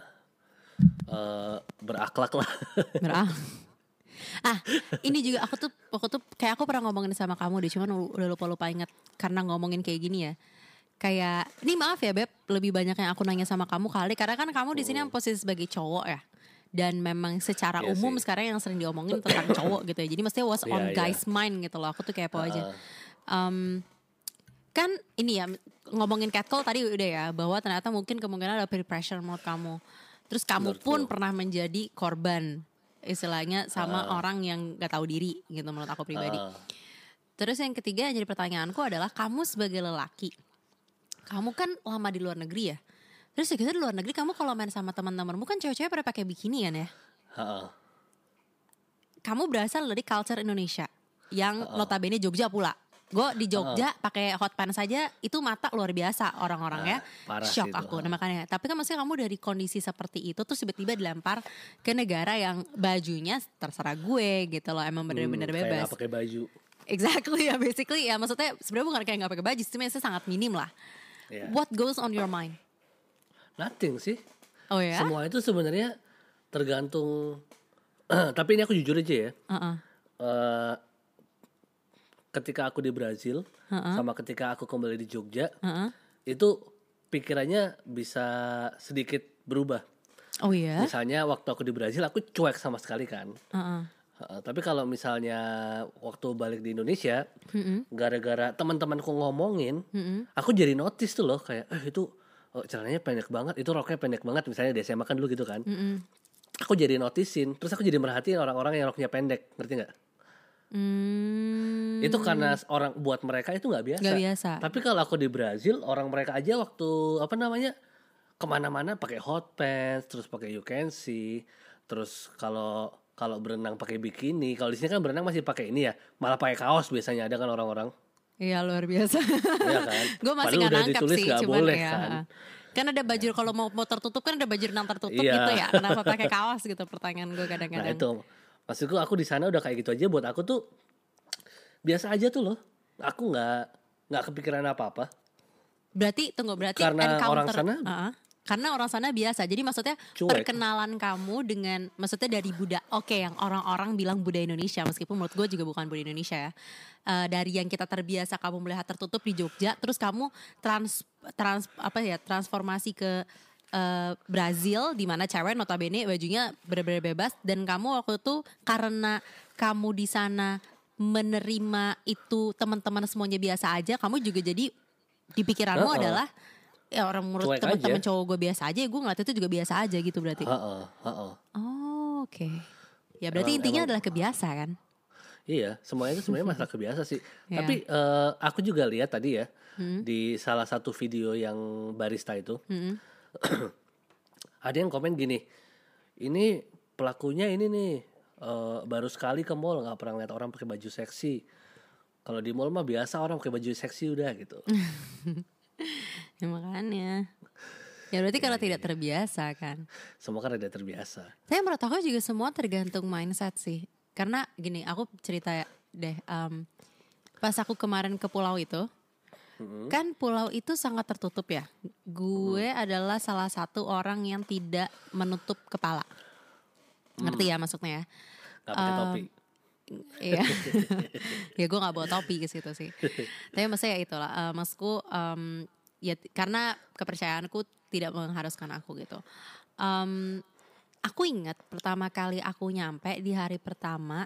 eh berakhlak lah. Merah. Ah, ini juga aku tuh aku tuh kayak aku pernah ngomongin sama kamu deh, cuman udah lupa-lupa ingat karena ngomongin kayak gini ya. Kayak, ini maaf ya Beb, lebih banyak yang aku nanya sama kamu kali karena kan kamu di sini yang posisi sebagai cowok ya. Dan memang secara Iya umum sih. sekarang yang sering diomongin tentang cowok gitu ya. Jadi mestinya was on Iya, iya. guys mind gitu loh. Aku tuh kepo aja. Heeh. Em, kan ini ya ngomongin catcall tadi udah ya, bahwa ternyata mungkin kemungkinan ada peer pressure menurut kamu. Terus kamu Menurutku. pun pernah menjadi korban istilahnya sama orang yang gak tahu diri gitu menurut aku pribadi. Heeh. Terus yang ketiga yang jadi pertanyaanku adalah kamu sebagai lelaki, kamu kan lama di luar negeri ya. Terus ya kita di luar negeri kamu kalau main sama teman-temanmu kan cewek-cewek pada pakai bikini kan ya. Heeh. Kamu berasal dari culture Indonesia yang notabene Jogja pula. Gue di Jogja pakai hot pants saja itu mata luar biasa orang-orang ya. Parah Shock sih itu. aku. Nah makanya. Tapi kan maksudnya kamu dari kondisi seperti itu terus tiba-tiba dilempar ke negara yang bajunya terserah gue gitu loh. Emang bener-bener Hmm, bebas. Kayak gak pakai baju. Exactly ya, basically ya maksudnya sebenarnya bukan kayak nggak pakai baju, cuma sangat minim lah. Yeah. What goes on your mind? Nothing sih. Oh ya? Semua itu sebenarnya tergantung. Tapi ini aku jujur aja ya. Uh-uh. Uh, ketika aku di Brazil uh-uh. sama ketika aku kembali di Jogja, uh-uh. itu pikirannya bisa sedikit berubah. Oh iya. Misalnya waktu aku di Brazil aku cuek sama sekali kan. Uh-uh. Uh, tapi kalau misalnya waktu balik di Indonesia, uh-uh. gara-gara teman-temanku ngomongin, uh-uh. aku jadi notice tuh loh kayak, eh itu oh, celananya pendek banget, itu roknya pendek banget. Misalnya di S M A kan dulu gitu kan. Uh-uh. Aku jadi noticein, terus aku jadi merhatiin orang-orang yang roknya pendek, ngerti nggak? Hmm. Itu karena orang buat mereka itu nggak biasa. Nggak biasa. Tapi kalau aku di Brazil, orang mereka aja waktu apa namanya kemana-mana pakai hot pants, terus pakai you can see, terus kalau kalau berenang pakai bikini. Kalau di sini kan berenang masih pakai ini ya, malah pakai kaos biasanya ada kan orang-orang. Iya luar biasa. Iya kan. Gue masih nggak nangkep sih, cuman boleh, ya. Kan? Kan ada baju ya. Kalau mau mau tertutup kan ada baju renang tertutup iya. gitu ya. Kenapa pakai kaos gitu pertanyaan gue kadang-kadang. Nah itu. Maksudku aku di sana udah kayak gitu aja, buat aku tuh biasa aja tuh loh. Aku nggak nggak kepikiran apa-apa. Berarti tunggu berarti karena encounter, orang sana uh-uh. karena orang sana biasa. Jadi maksudnya cuek. Perkenalan kamu dengan maksudnya dari budaya oke okay, yang orang-orang bilang budaya Indonesia, meskipun menurut gue juga bukan budaya Indonesia ya. Uh, dari yang kita terbiasa kamu melihat tertutup di Jogja, terus kamu trans trans apa ya transformasi ke Uh, Brazil di mana cewek notabene bajunya benar-benar bebas, dan kamu waktu itu karena kamu di sana menerima itu teman-teman semuanya biasa aja, kamu juga jadi di pikiranmu uh-uh. adalah ya orang menurut cuek teman-teman aja. Cowok gue biasa aja, gue ngeliat itu juga biasa aja gitu berarti. Uh-uh. Uh-uh. Oh oke. Okay. Ya berarti emang, intinya emang, adalah kebiasa kan? Iya, semuanya itu sebenarnya masalah kebiasa sih. Yeah. Tapi uh, aku juga lihat tadi ya hmm. di salah satu video yang barista itu. Hmm. Ada yang komen gini, ini pelakunya ini nih uh, baru sekali ke mall, nggak pernah ngeliat orang pakai baju seksi. Kalau di mall mah biasa orang pakai baju seksi udah gitu. Ya makanya. Ya berarti ya, kalau ya, tidak ya. terbiasa kan. Semua kan ada terbiasa. Saya menurut aku juga semua tergantung mindset sih. Karena gini, aku cerita deh, um, pas aku kemarin ke pulau itu. Kan pulau itu sangat tertutup ya. Gue hmm. adalah salah satu orang yang tidak menutup kepala. Ngerti ya maksudnya ya? Gak pakai um, topi. Iya. Ya gue gak bawa topi ke situ sih. Tapi maksudnya ya itulah. Uh, maksudku um, ya karena kepercayaanku tidak mengharuskan aku gitu. Um, aku ingat pertama kali aku nyampe di hari pertama.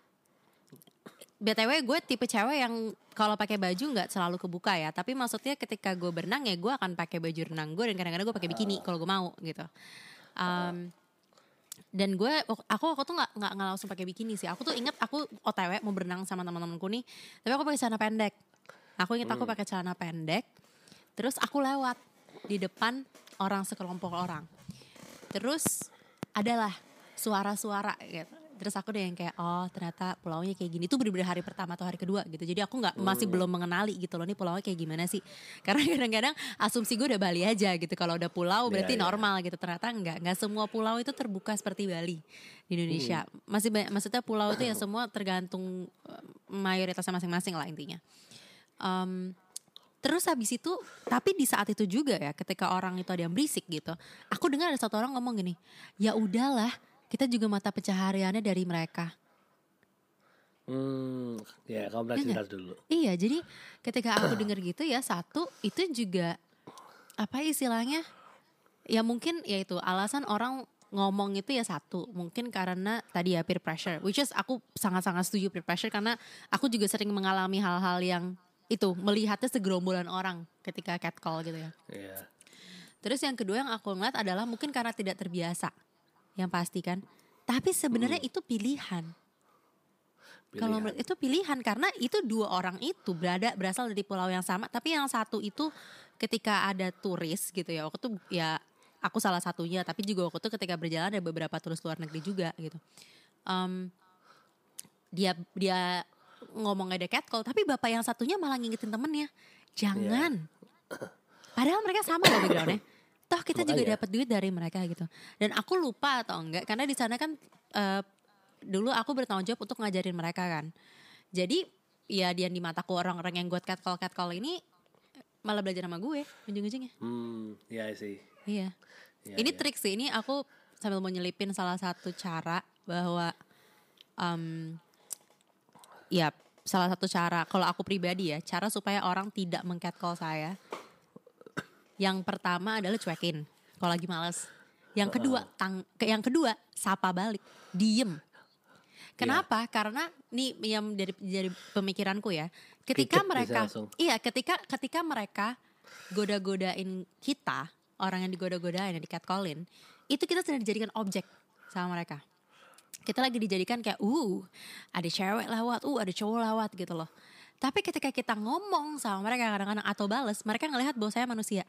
B T W gue tipe cewek yang kalau pakai baju nggak selalu kebuka ya, tapi maksudnya ketika gue berenang ya gue akan pakai baju renang gue, dan kadang-kadang gue pakai bikini kalau gue mau gitu. Um, dan gue aku aku tuh nggak nggak nggak langsung pakai bikini sih. Aku tuh inget aku O T W mau berenang sama teman-temanku nih, tapi aku pakai celana pendek. Aku inget aku pakai celana pendek, terus aku lewat di depan orang sekelompok orang, terus adalah suara-suara gitu. Terus aku deh yang kayak oh ternyata pulaunya kayak gini. Itu bener-bener hari pertama atau hari kedua gitu. Jadi aku gak, masih hmm. belum mengenali gitu loh nih pulaunya kayak gimana sih. Karena kadang-kadang asumsi gue udah Bali aja gitu. Kalau udah pulau berarti yeah, normal yeah. gitu. Ternyata enggak. Gak semua pulau itu terbuka seperti Bali di Indonesia. Hmm. Masih banyak, maksudnya pulau itu ya semua tergantung mayoritasnya masing-masing lah intinya. Um, terus habis itu, tapi di saat itu juga ya ketika orang itu ada yang berisik gitu. Aku dengar ada satu orang ngomong gini, ya udahlah. Kita juga mata pencahariannya dari mereka. Hmm, ya kamu berarti ya, dulu. Iya, jadi ketika aku dengar gitu ya satu itu juga apa istilahnya? Ya mungkin ya itu alasan orang ngomong itu ya satu mungkin karena tadi ya peer pressure, which is aku sangat-sangat setuju peer pressure karena aku juga sering mengalami hal-hal yang itu melihatnya segerombolan orang ketika catcall gitu ya. Yeah. Terus yang kedua yang aku ngeliat adalah mungkin karena tidak terbiasa. Yang pasti kan, tapi sebenarnya hmm. itu pilihan. pilihan. Kalau itu pilihan karena itu dua orang itu berada berasal dari pulau yang sama, tapi yang satu itu ketika ada turis gitu ya, waktu itu ya aku salah satunya, tapi juga waktu itu ketika berjalan ada beberapa turis luar negeri juga gitu. Um, dia dia ngomong ada catcall, tapi bapak yang satunya malah ngingetin temennya, jangan. Yeah. Padahal mereka sama loh backgroundnya. Toh kita Makanya. juga dapat duit dari mereka gitu. Dan aku lupa atau enggak, karena di sana kan uh, dulu aku bertanggung jawab untuk ngajarin mereka kan. Jadi ya dia di mataku orang-orang yang buat catcall catcall ini malah belajar sama gue ujung-ujungnya. Hmm, iya sih. Iya. Ya, ini ya. Trik sih, ini aku sambil mau nyelipin salah satu cara bahwa um, ya salah satu cara kalau aku pribadi ya, cara supaya orang tidak meng-catcall saya. Yang pertama adalah cuekin kalau lagi malas. Yang kedua, tang, yang kedua sapa balik, diem. Kenapa? Yeah. Karena nih yang dari dari pemikiranku ya, ketika Kicet mereka, iya ketika ketika mereka goda-godain kita, orang yang digoda-godain, yang di-catcallin, itu kita sedang dijadikan objek sama mereka. Kita lagi dijadikan kayak, uh, ada cewek lewat, uh, ada cowok lewat gitu loh. Tapi ketika kita ngomong sama mereka kadang-kadang atau bales, mereka ngelihat bahwa saya manusia.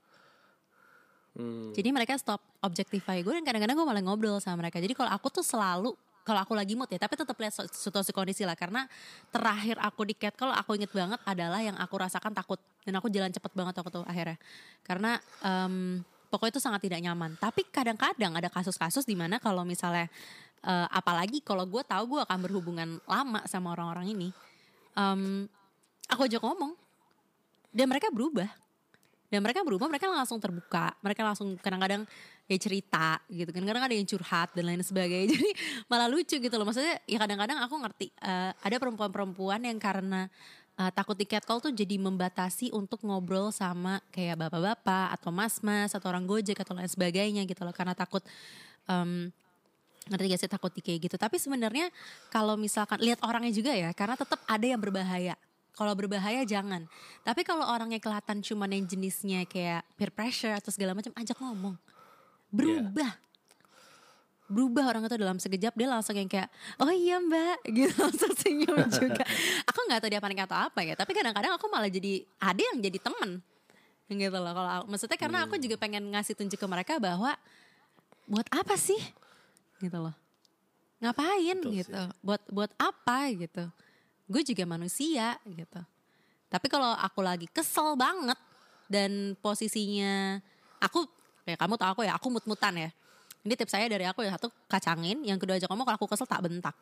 Hmm. Jadi mereka stop objectify gue dan kadang-kadang gue malah ngobrol sama mereka. Jadi kalau aku tuh selalu, kalau aku lagi mood ya, tapi tetap lihat situasi kondisi lah. Karena terakhir aku di catcall, aku inget banget adalah yang aku rasakan takut. Dan aku jalan cepet banget waktu itu akhirnya. Karena um, pokoknya itu sangat tidak nyaman. Tapi kadang-kadang ada kasus-kasus di mana kalau misalnya, uh, apalagi kalau gue tahu gue akan berhubungan lama sama orang-orang ini, um, aku ajak ngomong dan mereka berubah. Dan mereka berubah, mereka langsung terbuka. Mereka langsung kadang-kadang ya cerita gitu kan. Kadang ada yang curhat dan lain sebagainya. Jadi malah lucu gitu loh. Maksudnya ya kadang-kadang aku ngerti. Uh, ada perempuan-perempuan yang karena uh, takut di catcall tuh jadi membatasi untuk ngobrol sama kayak bapak-bapak atau mas-mas atau orang Gojek atau lain sebagainya gitu loh. Karena takut, um, ngerti gak sih, takut di kayak gitu. Tapi sebenarnya kalau misalkan lihat orangnya juga ya. Karena tetap ada yang berbahaya. Kalau berbahaya jangan. Tapi kalau orangnya kelihatan cuma yang jenisnya kayak peer pressure atau segala macam, ajak ngomong. Berubah. Yeah. Berubah orang itu dalam sekejap dia langsung yang kayak, oh iya mbak, gitu langsung senyum juga. Aku nggak tahu dia panik atau apa ya. Tapi kadang-kadang aku malah jadi ada yang jadi temen, gitu loh. Kalau maksudnya karena hmm. aku juga pengen ngasih tunjuk ke mereka bahwa buat apa sih, gitu loh. Ngapain Betul gitu? Sih. Buat buat apa gitu? Gue juga manusia gitu. Tapi kalau aku lagi kesel banget dan posisinya aku, ya kamu tahu aku ya, aku mut-mutan ya. Ini tips saya dari aku ya, satu kacangin, yang kedua aja ngomong kalau aku kesel tak bentak.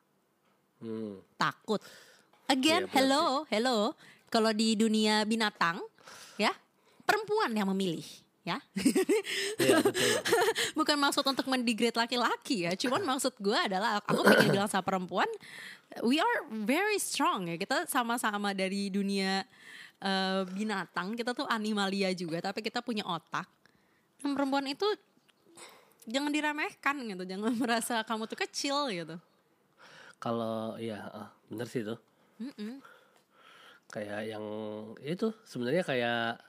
Hmm. Takut. Again, yeah, hello, hello. Kalau di dunia binatang, ya perempuan yang memilih. Ya, ya betul. Bukan maksud untuk mendegrade laki-laki ya, cuman maksud gue adalah aku pengen bilang sama perempuan, we are very strong ya, kita sama-sama dari dunia uh, binatang, kita tuh animalia juga, tapi kita punya otak. Dan perempuan itu jangan diremehkan gitu, jangan merasa kamu tuh kecil gitu. Kalau ya uh, bener sih tuh, Mm-mm. kayak yang itu sebenarnya kayak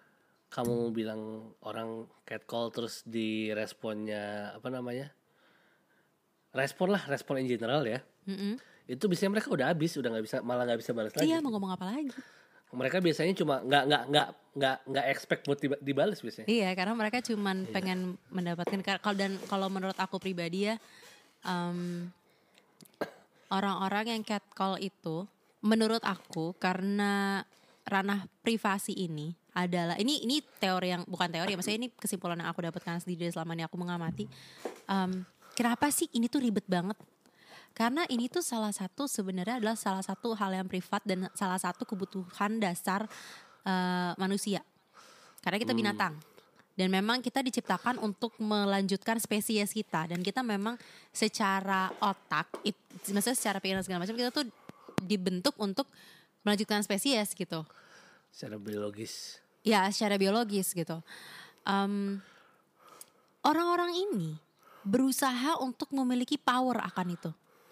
kamu bilang orang catcall terus di responnya apa namanya, respon lah, respon in general ya. Mm-hmm. Itu biasanya mereka udah habis, udah nggak bisa, malah nggak bisa balas lagi. Iya, mau ngomong apa lagi? Mereka biasanya cuma nggak nggak nggak nggak nggak expect buat dibalas biasanya. Iya, karena mereka cuma iya. pengen mendapatkan. Kalau dan kalau menurut aku pribadi ya, um, orang-orang yang catcall itu, menurut aku karena ranah privasi ini adalah ini ini teori yang bukan teori, maksudnya ini kesimpulan yang aku dapatkan sendiri selama ini aku mengamati. Um, kenapa sih ini tuh ribet banget? Karena ini tuh salah satu sebenarnya adalah salah satu hal yang privat dan salah satu kebutuhan dasar uh, manusia. Karena kita binatang dan memang kita diciptakan untuk melanjutkan spesies kita dan kita memang secara otak, it, maksudnya secara pikiran segala macam kita tuh dibentuk untuk melanjutkan spesies gitu. Secara biologis. Ya, secara biologis gitu. Um, orang-orang ini berusaha untuk memiliki power akan itu.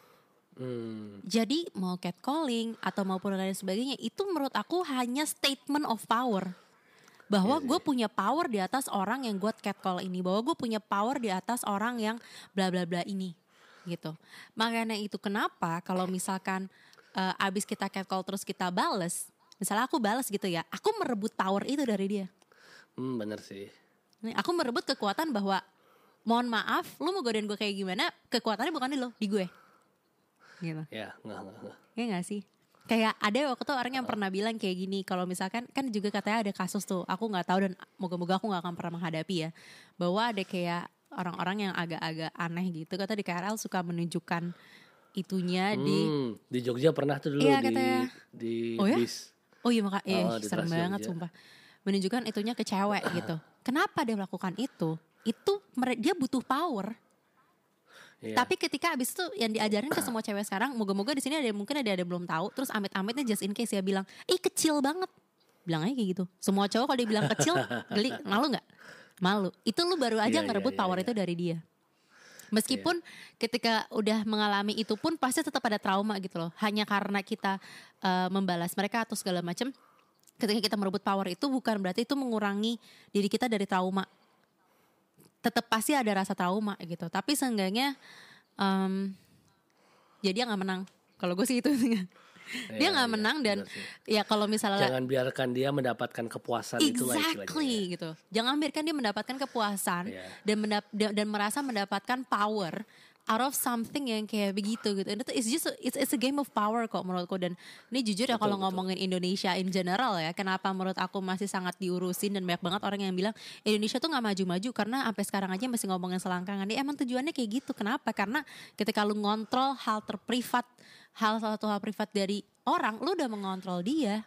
Hmm. Jadi mau catcalling atau maupun lain sebagainya, itu menurut aku hanya statement of power. Bahwa gue punya power di atas orang yang gue catcall ini. Bahwa gue punya power di atas orang yang bla bla bla ini. Gitu. Makanya itu kenapa kalau misalkan uh, abis kita catcall terus kita bales, misalnya aku balas gitu ya, aku merebut power itu dari dia. Hmm, bener sih. Nih, aku merebut kekuatan bahwa, mohon maaf, lu mau godain gue kayak gimana, kekuatannya bukan di lo, di gue. gitu. Ya, nggak nggak nggak. Ya nggak sih? Kayak ada waktu tuh orang yang pernah bilang kayak gini, kalau misalkan kan juga katanya ada kasus tuh, aku nggak tahu dan moga-moga aku nggak akan pernah menghadapi ya, bahwa ada kayak orang-orang yang agak-agak aneh gitu, kata di K R L suka menunjukkan itunya di, Hmm, di Jogja pernah tuh dulu iya di katanya, di oh ya, bis. oh iya maka, eh Oh, di serem Trans banget Jogja. sumpah, menunjukkan itunya ke cewek gitu. Kenapa dia melakukan itu? Itu mere- dia butuh power. Iya. Tapi ketika abis itu yang diajarin ke semua cewek sekarang, moga-moga di sini ada mungkin ada ada belum tahu, terus amit-amitnya just in case ya bilang, ih kecil banget, bilang aja kayak gitu. Semua cowok kalau dibilang kecil, geli, malu nggak? Malu. Itu lu baru aja Iya, iya, ngerebut iya, power iya. itu dari dia. Meskipun ketika udah mengalami itu pun pasti tetap ada trauma gitu loh. Hanya karena kita eh, membalas mereka atau segala macam. Ketika kita merebut power itu bukan berarti itu mengurangi diri kita dari trauma. Tetap pasti ada rasa trauma gitu. Tapi seenggaknya em, ya dia nggak menang. Kalau gue sih itu dia Iya, nggak iya, menang dan benar sih. ya kalau misalnya Jangan biarkan dia mendapatkan kepuasan itulah istilahnya. exactly Ya. gitu. Jangan biarkan dia mendapatkan kepuasan Iya. dan mendap- dan dan merasa mendapatkan power out of something yang kayak begitu gitu. And itu it's just a, it's, it's a game of power kok menurutku. Dan ini jujur ya Betul, kalau betul. ngomongin Indonesia in general ya, kenapa menurut aku masih sangat diurusin dan banyak banget orang yang bilang Indonesia tuh nggak maju-maju karena sampai sekarang aja masih ngomongin selangkangan. Dia emang tujuannya kayak gitu. Kenapa? Karena ketika lu ngontrol hal terprivat, hal satu hal privat dari orang, lu udah mengontrol dia.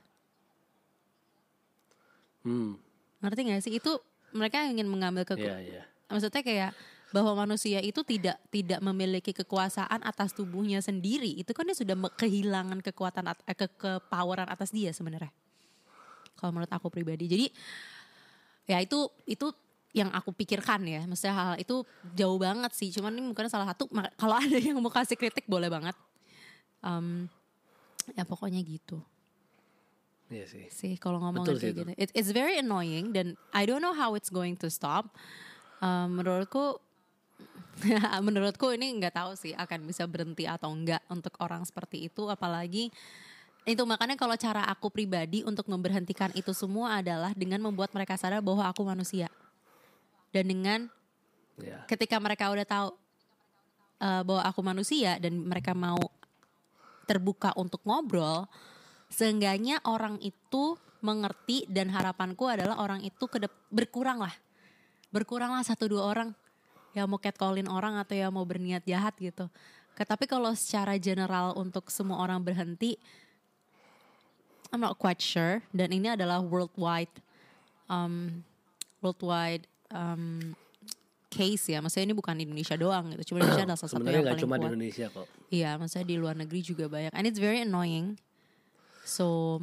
Hmm. Ngerti gak sih? Itu mereka ingin mengambil ke Iya, iya. maksudnya kayak bahwa manusia itu tidak tidak memiliki kekuasaan atas tubuhnya sendiri. Itu kan dia sudah me- kehilangan kekuatan at- eh, ke kepoweran atas dia sebenarnya. Kalau menurut aku pribadi. Jadi ya itu itu yang aku pikirkan ya. Maksudnya hal itu jauh banget sih. Cuman ini mungkin salah satu mak- kalau ada yang mau kasih kritik boleh banget. Em, ya pokoknya gitu Iya sih. sih kalau ngomongin Betul sih kayak itu. gitu. It, it's very annoying dan I don't know how it's going to stop. Um, menurutku, menurutku ini nggak tahu sih akan bisa berhenti atau enggak untuk orang seperti itu. Apalagi itu makanya kalau cara aku pribadi untuk memberhentikan itu semua adalah dengan membuat mereka sadar bahwa aku manusia. Dan dengan Ya. ketika mereka udah tahu uh, bahwa aku manusia dan mereka mau terbuka untuk ngobrol, seenggaknya orang itu mengerti dan harapanku adalah orang itu kedep- berkurang lah. Berkuranglah satu dua orang yang mau catcallin orang atau yang mau berniat jahat gitu. Ke- Tapi kalau secara general untuk semua orang berhenti, I'm not quite sure. Dan ini adalah worldwide, um, worldwide um, case ya. Maksudnya ini bukan Indonesia doang gitu. Cuma Indonesia adalah salah satu Sebenarnya yang nggak paling cuma di kuat. Indonesia kok. Iya, maksudnya di luar negeri juga banyak. And it's very annoying. So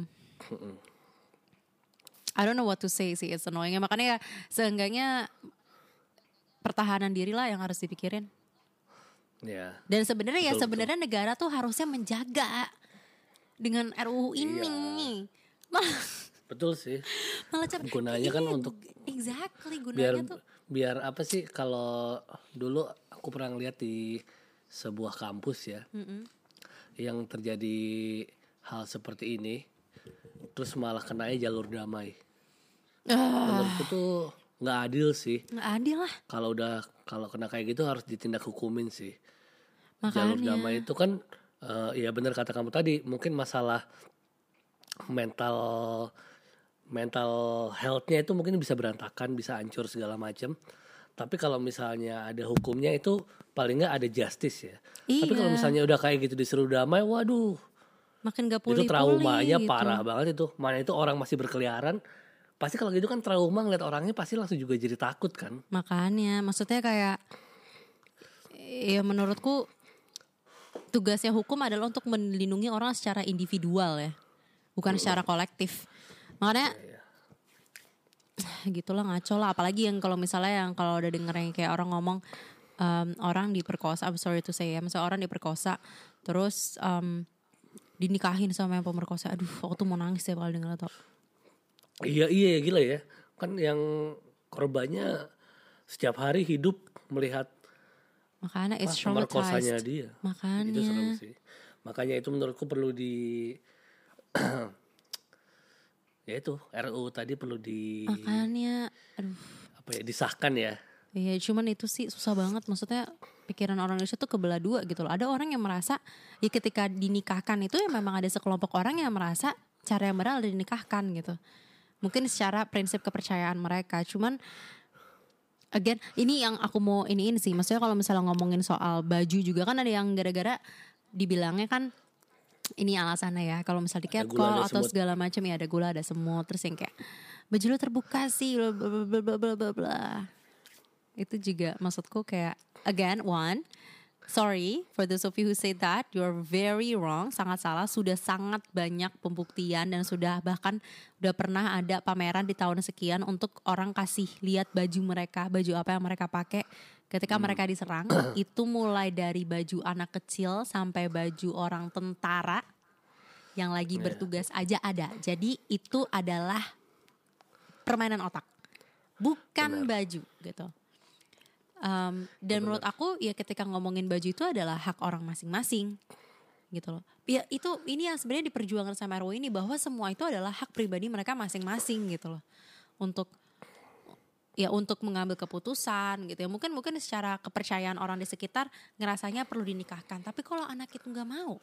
I don't know what to say sih, it's annoying. Makanya ya seenggaknya pertahanan diri lah yang harus dipikirin. Ya. Dan sebenarnya ya Betul, sebenarnya negara tuh harusnya menjaga dengan R U U ini. Malah, Betul sih. malah capek. Gunanya kan Iya, untuk exactly biar gunanya tuh. biar apa sih, kalau dulu aku pernah lihat di sebuah kampus ya, yang terjadi hal seperti ini, terus malah kenanya jalur damai. Ah, Menurutku tuh nggak adil sih. nggak adil lah. Kalau udah kalau kena kayak gitu harus ditindak hukumin sih. Jalur Makanya. damai itu kan eh, ya benar kata kamu tadi, mungkin masalah mental mental health-nya itu mungkin bisa berantakan, bisa hancur segala macam. Tapi kalau misalnya ada hukumnya itu paling nggak ada justice ya. Tapi kalau Iya. misalnya udah kayak gitu disuruh damai, waduh, Makin gak itu pulih-pulih traumanya gitu. parah banget itu. Mana itu orang masih berkeliaran, pasti kalau gitu kan trauma, ngeliat orangnya pasti langsung juga jadi takut kan. Makanya maksudnya kayak ya menurutku tugasnya hukum adalah untuk melindungi orang secara individual ya. Bukan secara kolektif. Makanya gitulah ngaco lah. Apalagi yang kalau misalnya yang kalau udah denger yang kayak orang ngomong um, orang diperkosa, I'm sorry to say ya, misalnya orang diperkosa terus um, dinikahin sama yang pemerkosa. Aduh, aku tuh mau nangis ya kalau denger atau. Iya iya gila ya. Kan yang korbannya setiap hari hidup melihat Makanya it's ah, pemerkosanya traumatized. dia. Makanya. Itu serem sih. Makanya itu menurutku perlu di ya itu R U U tadi perlu di Makanya aduh. apa ya disahkan ya. Iya, cuman itu sih susah banget. Maksudnya pikiran orang Indonesia tuh kebelah dua gitu loh. Ada orang yang merasa ya ketika dinikahkan itu ya memang ada sekelompok orang yang merasa cara yang benar adalah dinikahkan gitu. Mungkin secara prinsip kepercayaan mereka. Cuman again, ini yang aku mau iniin sih. Maksudnya kalau misalnya ngomongin soal baju juga kan ada yang gara-gara dibilangnya kan ini alasannya ya. Kalau misalnya di catcall atau segala macam ya ada gula, ada semut. Terus yang kayak baju lu terbuka sih, bla bla bla bla bla bla bla. Itu juga maksudku kayak again one, sorry for those of you who say that, you're very wrong, sangat salah. Sudah sangat banyak pembuktian dan sudah bahkan udah pernah ada pameran di tahun sekian untuk orang kasih lihat baju mereka, baju apa yang mereka pakai ketika hmm. mereka diserang. Itu mulai dari baju anak kecil sampai baju orang tentara yang lagi yeah. bertugas aja ada. Jadi itu adalah permainan otak, bukan Benar. baju gitu. Um, dan Benar. menurut aku ya ketika ngomongin baju itu adalah hak orang masing-masing gitu loh. Ya itu ini yang sebenarnya diperjuangkan sama R W ini, bahwa semua itu adalah hak pribadi mereka masing-masing gitu loh. Untuk ya untuk mengambil keputusan gitu ya. Mungkin mungkin secara kepercayaan orang di sekitar ngerasanya perlu dinikahkan, tapi kalau anak itu nggak mau,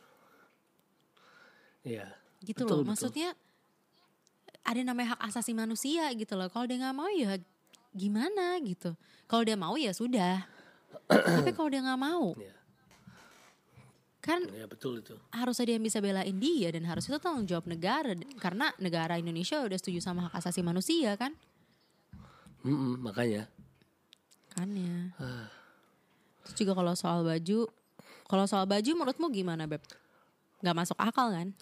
iya. Gitu betul, loh. Betul. Maksudnya ada namanya hak asasi manusia gitu loh. Kalau dia nggak mau ya gimana gitu. Kalau dia mau ya sudah. Tapi kalau dia nggak mau, ya. kan ya, betul itu. Harus ada yang bisa belain dia dan harus itu tanggung jawab negara, karena negara Indonesia udah setuju sama hak asasi manusia kan. Mm-mm, makanya. Kan ya. Terus juga kalau soal baju, kalau soal baju menurutmu gimana Beb? Gak masuk akal kan?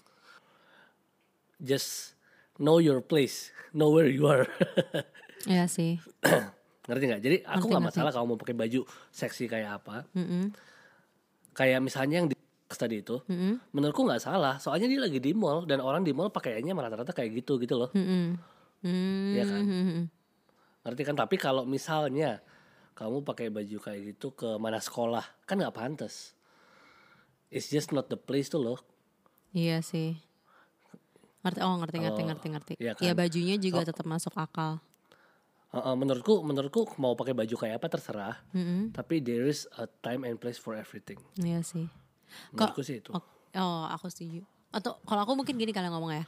Just know your place, know where you are. Iya sih. Ngerti gak? Jadi aku ngerti, gak masalah kalau mau pakai baju seksi kayak apa. Mm-mm. Kayak misalnya yang di tadi itu, mm-mm. menurutku gak salah. Soalnya dia lagi di mall dan orang di mall pakaiannya rata-rata kayak gitu gitu loh. Iya kan? Ngerti kan? Tapi kalau misalnya kamu pakai baju kayak gitu ke mana sekolah, kan gak pantas. It's just not the place tuh loh. Iya sih. Ngerti, oh ngerti ngerti ngerti ngerti. Iya kan? Ya bajunya juga so, tetap masuk akal. Uh, uh, menurutku, menurutku mau pakai baju kayak apa terserah. Mm-hmm. Tapi there is a time and place for everything. Iya sih. Menurutku sih itu. Oh, oh, aku setuju. Atau kalau aku mungkin gini kalian ngomong ya.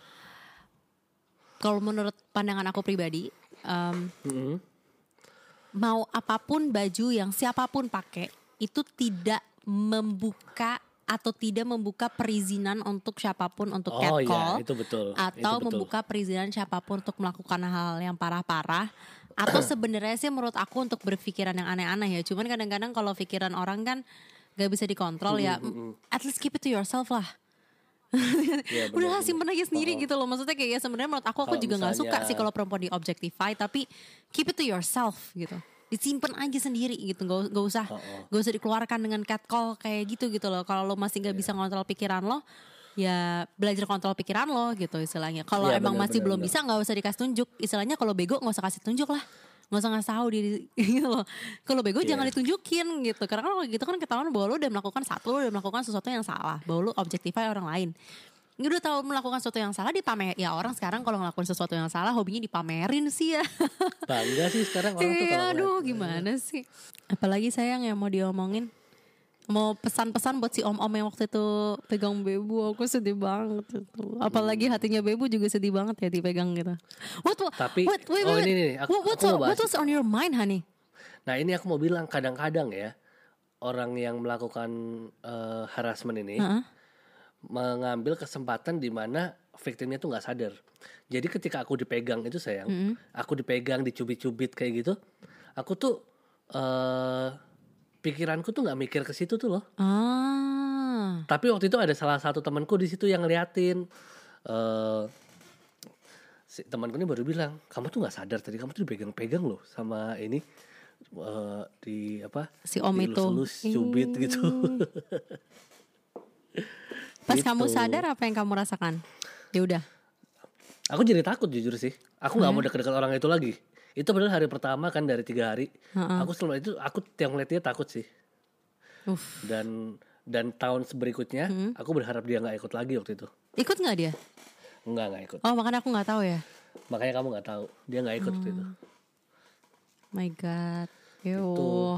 Kalau menurut pandangan aku pribadi, um, mm-hmm. mau apapun baju yang siapapun pakai itu tidak membuka atau tidak membuka perizinan untuk siapapun untuk oh, catcall, iya, itu betul. atau itu betul. membuka perizinan siapapun untuk melakukan hal yang parah-parah, atau sebenarnya sih menurut aku untuk berpikiran yang aneh-aneh ya. Cuman kadang-kadang kalau pikiran orang kan gak bisa dikontrol mm, ya, mm, mm. at least keep it to yourself lah. Ya, udahlah simpen aja sendiri oh. gitu loh. Maksudnya kayak ya sebenarnya menurut aku aku kalo juga nggak misalnya... suka sih kalau perempuan di objectify, tapi keep it to yourself gitu. Disimpan aja sendiri gitu, gak, gak usah uh-uh. gak usah dikeluarkan dengan catcall kayak gitu gitu loh. Kalau lo masih gak yeah. bisa ngontrol pikiran lo, ya belajar kontrol pikiran lo gitu istilahnya. Kalau yeah, emang bener, masih bener, belum bener. bisa, gak usah dikasih tunjuk. Istilahnya kalau bego gak usah kasih tunjuk lah, gak usah ngasih tahu diri gitu loh. Kalau bego yeah. jangan ditunjukin gitu, karena kalau gitu kan ketahuan bahwa lo udah melakukan satu, lo udah melakukan sesuatu yang salah, bahwa lo objectify orang lain. Udah tahu melakukan sesuatu yang salah dipamer. Ya orang sekarang kalau ngelakuin sesuatu yang salah hobinya dipamerin sih ya. Bangga sih sekarang orang tuh kalau aduh gimana sih. Apalagi sayang yang mau diomongin. Mau pesan-pesan buat si om-om yang waktu itu pegang Bebu. Aku sedih banget itu. Apalagi hatinya Bebu juga sedih banget ya dipegang gitu. What, what, Tapi what, wait, oh wait, ini nih aku, what, aku mau bahas. What was on your mind honey? Nah ini aku mau bilang kadang-kadang ya orang yang melakukan uh, harassment ini uh-huh. mengambil kesempatan di mana victimnya tuh nggak sadar. Jadi ketika aku dipegang itu sayang, mm-hmm. aku dipegang, dicubit-cubit kayak gitu, aku tuh uh, pikiranku tuh nggak mikir ke situ tuh loh. Ah. Tapi waktu itu ada salah satu temanku di situ yang ngeliatin. Uh, si temanku ini baru bilang, kamu tuh nggak sadar tadi kamu tuh dipegang-pegang loh sama ini uh, di apa? Si om itu. Dilus-lus cubit hmm. gitu. Pas gitu. kamu sadar apa yang kamu rasakan? Ya udah. Aku jadi takut jujur sih. Aku nggak hmm. mau dekat-dekat orang itu lagi. Itu padahal hari pertama kan dari tiga hari. Uh-uh. Aku selama itu aku yang ngeliat dia takut sih. Uf. Dan dan tahun berikutnya hmm. aku berharap dia nggak ikut lagi waktu itu. Ikut nggak dia? Nggak nggak ikut. Oh makanya aku nggak tahu ya. Makanya kamu nggak tahu. Dia nggak ikut hmm. waktu itu. My God. Yo.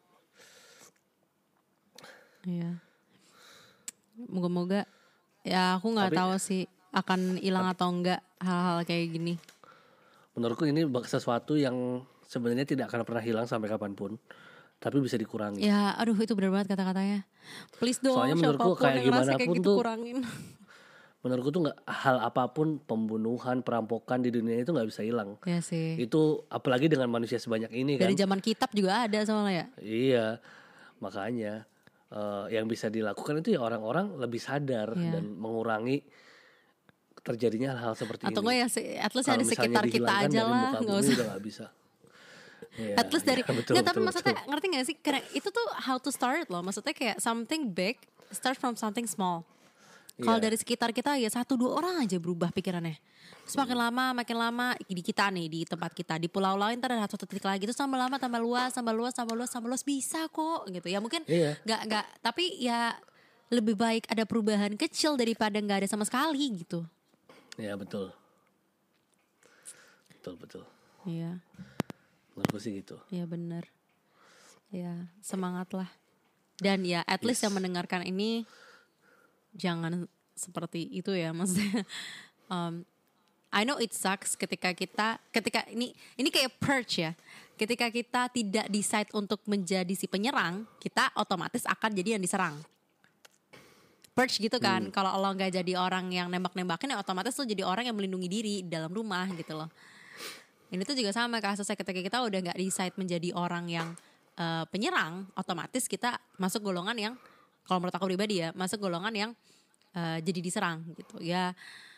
Iya. Moga-moga ya aku nggak Tapi- tahu sih akan hilang atau enggak hal-hal kayak gini. Menurutku ini bak- sesuatu yang sebenarnya tidak akan pernah hilang sampai kapanpun, tapi bisa dikurangi. Ya, aduh itu benar banget kata-katanya. Please dong, Soalnya menurutku siapapun kayak yang ngerasa gimana kayak pun gitu tuh- kurangin. Menurutku tuh nggak, hal apapun, pembunuhan, perampokan di dunia itu nggak bisa hilang. Ya sih. Itu apalagi dengan manusia sebanyak ini kan. Dari zaman kitab juga ada soalnya ya. Iya, makanya eh, yang bisa dilakukan itu ya orang-orang lebih sadar Iya. dan mengurangi terjadinya hal-hal seperti Atau ini. enggak ya se- at least Kalau yang di misalnya sekitar kita dihilangkan aja dari lah, muka nggak bumi usah. udah nggak bisa. Iya, At least dari iya, betul, nggak, tapi betul, maksudnya betul. ngerti gak sih? Karena itu tuh how to start loh. Maksudnya kayak something big start from something small. Kalau Iya. dari sekitar kita ya satu dua orang aja berubah pikirannya. Terus makin lama makin lama di kita nih, di tempat kita, di pulau lain ntar ada satu titik lagi, terus tambah lama tambah luas tambah luas tambah luas tambah luas bisa kok gitu ya. Mungkin Iya. nggak nggak tapi ya lebih baik ada perubahan kecil daripada nggak ada sama sekali gitu. Iya, betul. Betul, betul. Iya. Menurutku sih gitu. Iya benar. Ya semangat lah. Dan ya at least Yes. yang mendengarkan ini jangan seperti itu ya, maksudnya. um, I know it sucks ketika kita ketika ini ini kayak purge ya. Ketika kita tidak decide untuk menjadi si penyerang, kita otomatis akan jadi yang diserang. Purge gitu kan. Kalau lo nggak jadi orang yang nembak-nembakin, ya otomatis lo jadi orang yang melindungi diri di dalam rumah gitu loh. Ini tuh juga sama kasusnya ketika kita udah nggak decide menjadi orang yang uh, penyerang, otomatis kita masuk golongan yang, kalau menurut aku pribadi ya, masuk golongan yang uh, jadi diserang gitu ya.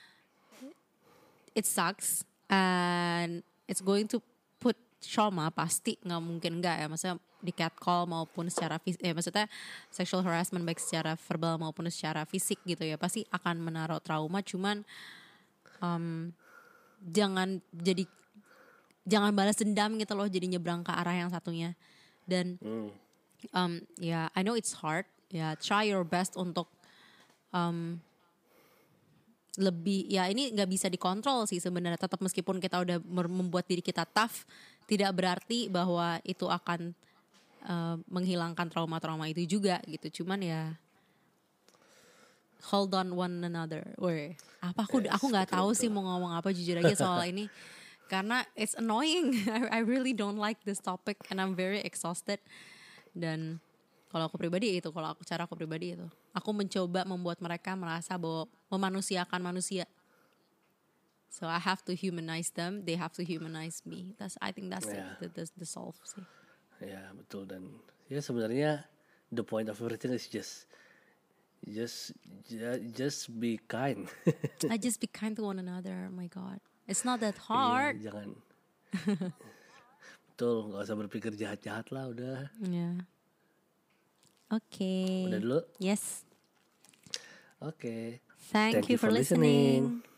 It sucks and it's going to put trauma, pasti nggak mungkin nggak ya, maksudnya di catcall maupun secara fisik, eh, maksudnya sexual harassment baik secara verbal maupun secara fisik gitu ya, pasti akan menaruh trauma. Cuman um, jangan jadi jangan balas dendam gitu loh, jadi nyebrang ke arah yang satunya. Dan um, ya I know it's hard, ya try your best untuk um, lebih, ya ini nggak bisa dikontrol sih sebenarnya. Tetap meskipun kita udah membuat diri kita tough, tidak berarti bahwa itu akan uh, menghilangkan trauma-trauma itu juga gitu. Cuman ya hold on one another. Woi, apa aku Yes, aku nggak betul, tahu betul. sih mau ngomong apa jujur aja soal ini. Karena it's annoying. I, I really don't like this topic and I'm very exhausted. Dan kalau aku pribadi itu, kalau aku cara aku pribadi itu, aku mencoba membuat mereka merasa bahwa memanusiakan manusia. So I have to humanize them, they have to humanize me. That's I think that's Yeah. the, the, the solve sih. Ya, betul. Dan ya sebenarnya the point of everything is just just ju- just be kind. I just be kind to one another. Oh my God, it's not that hard. Iya, jangan. Betul, nggak usah berpikir jahat-jahat lah, udah. Yeah. Okay. Udah dulu. Yes. Oke. Thank, you for listening.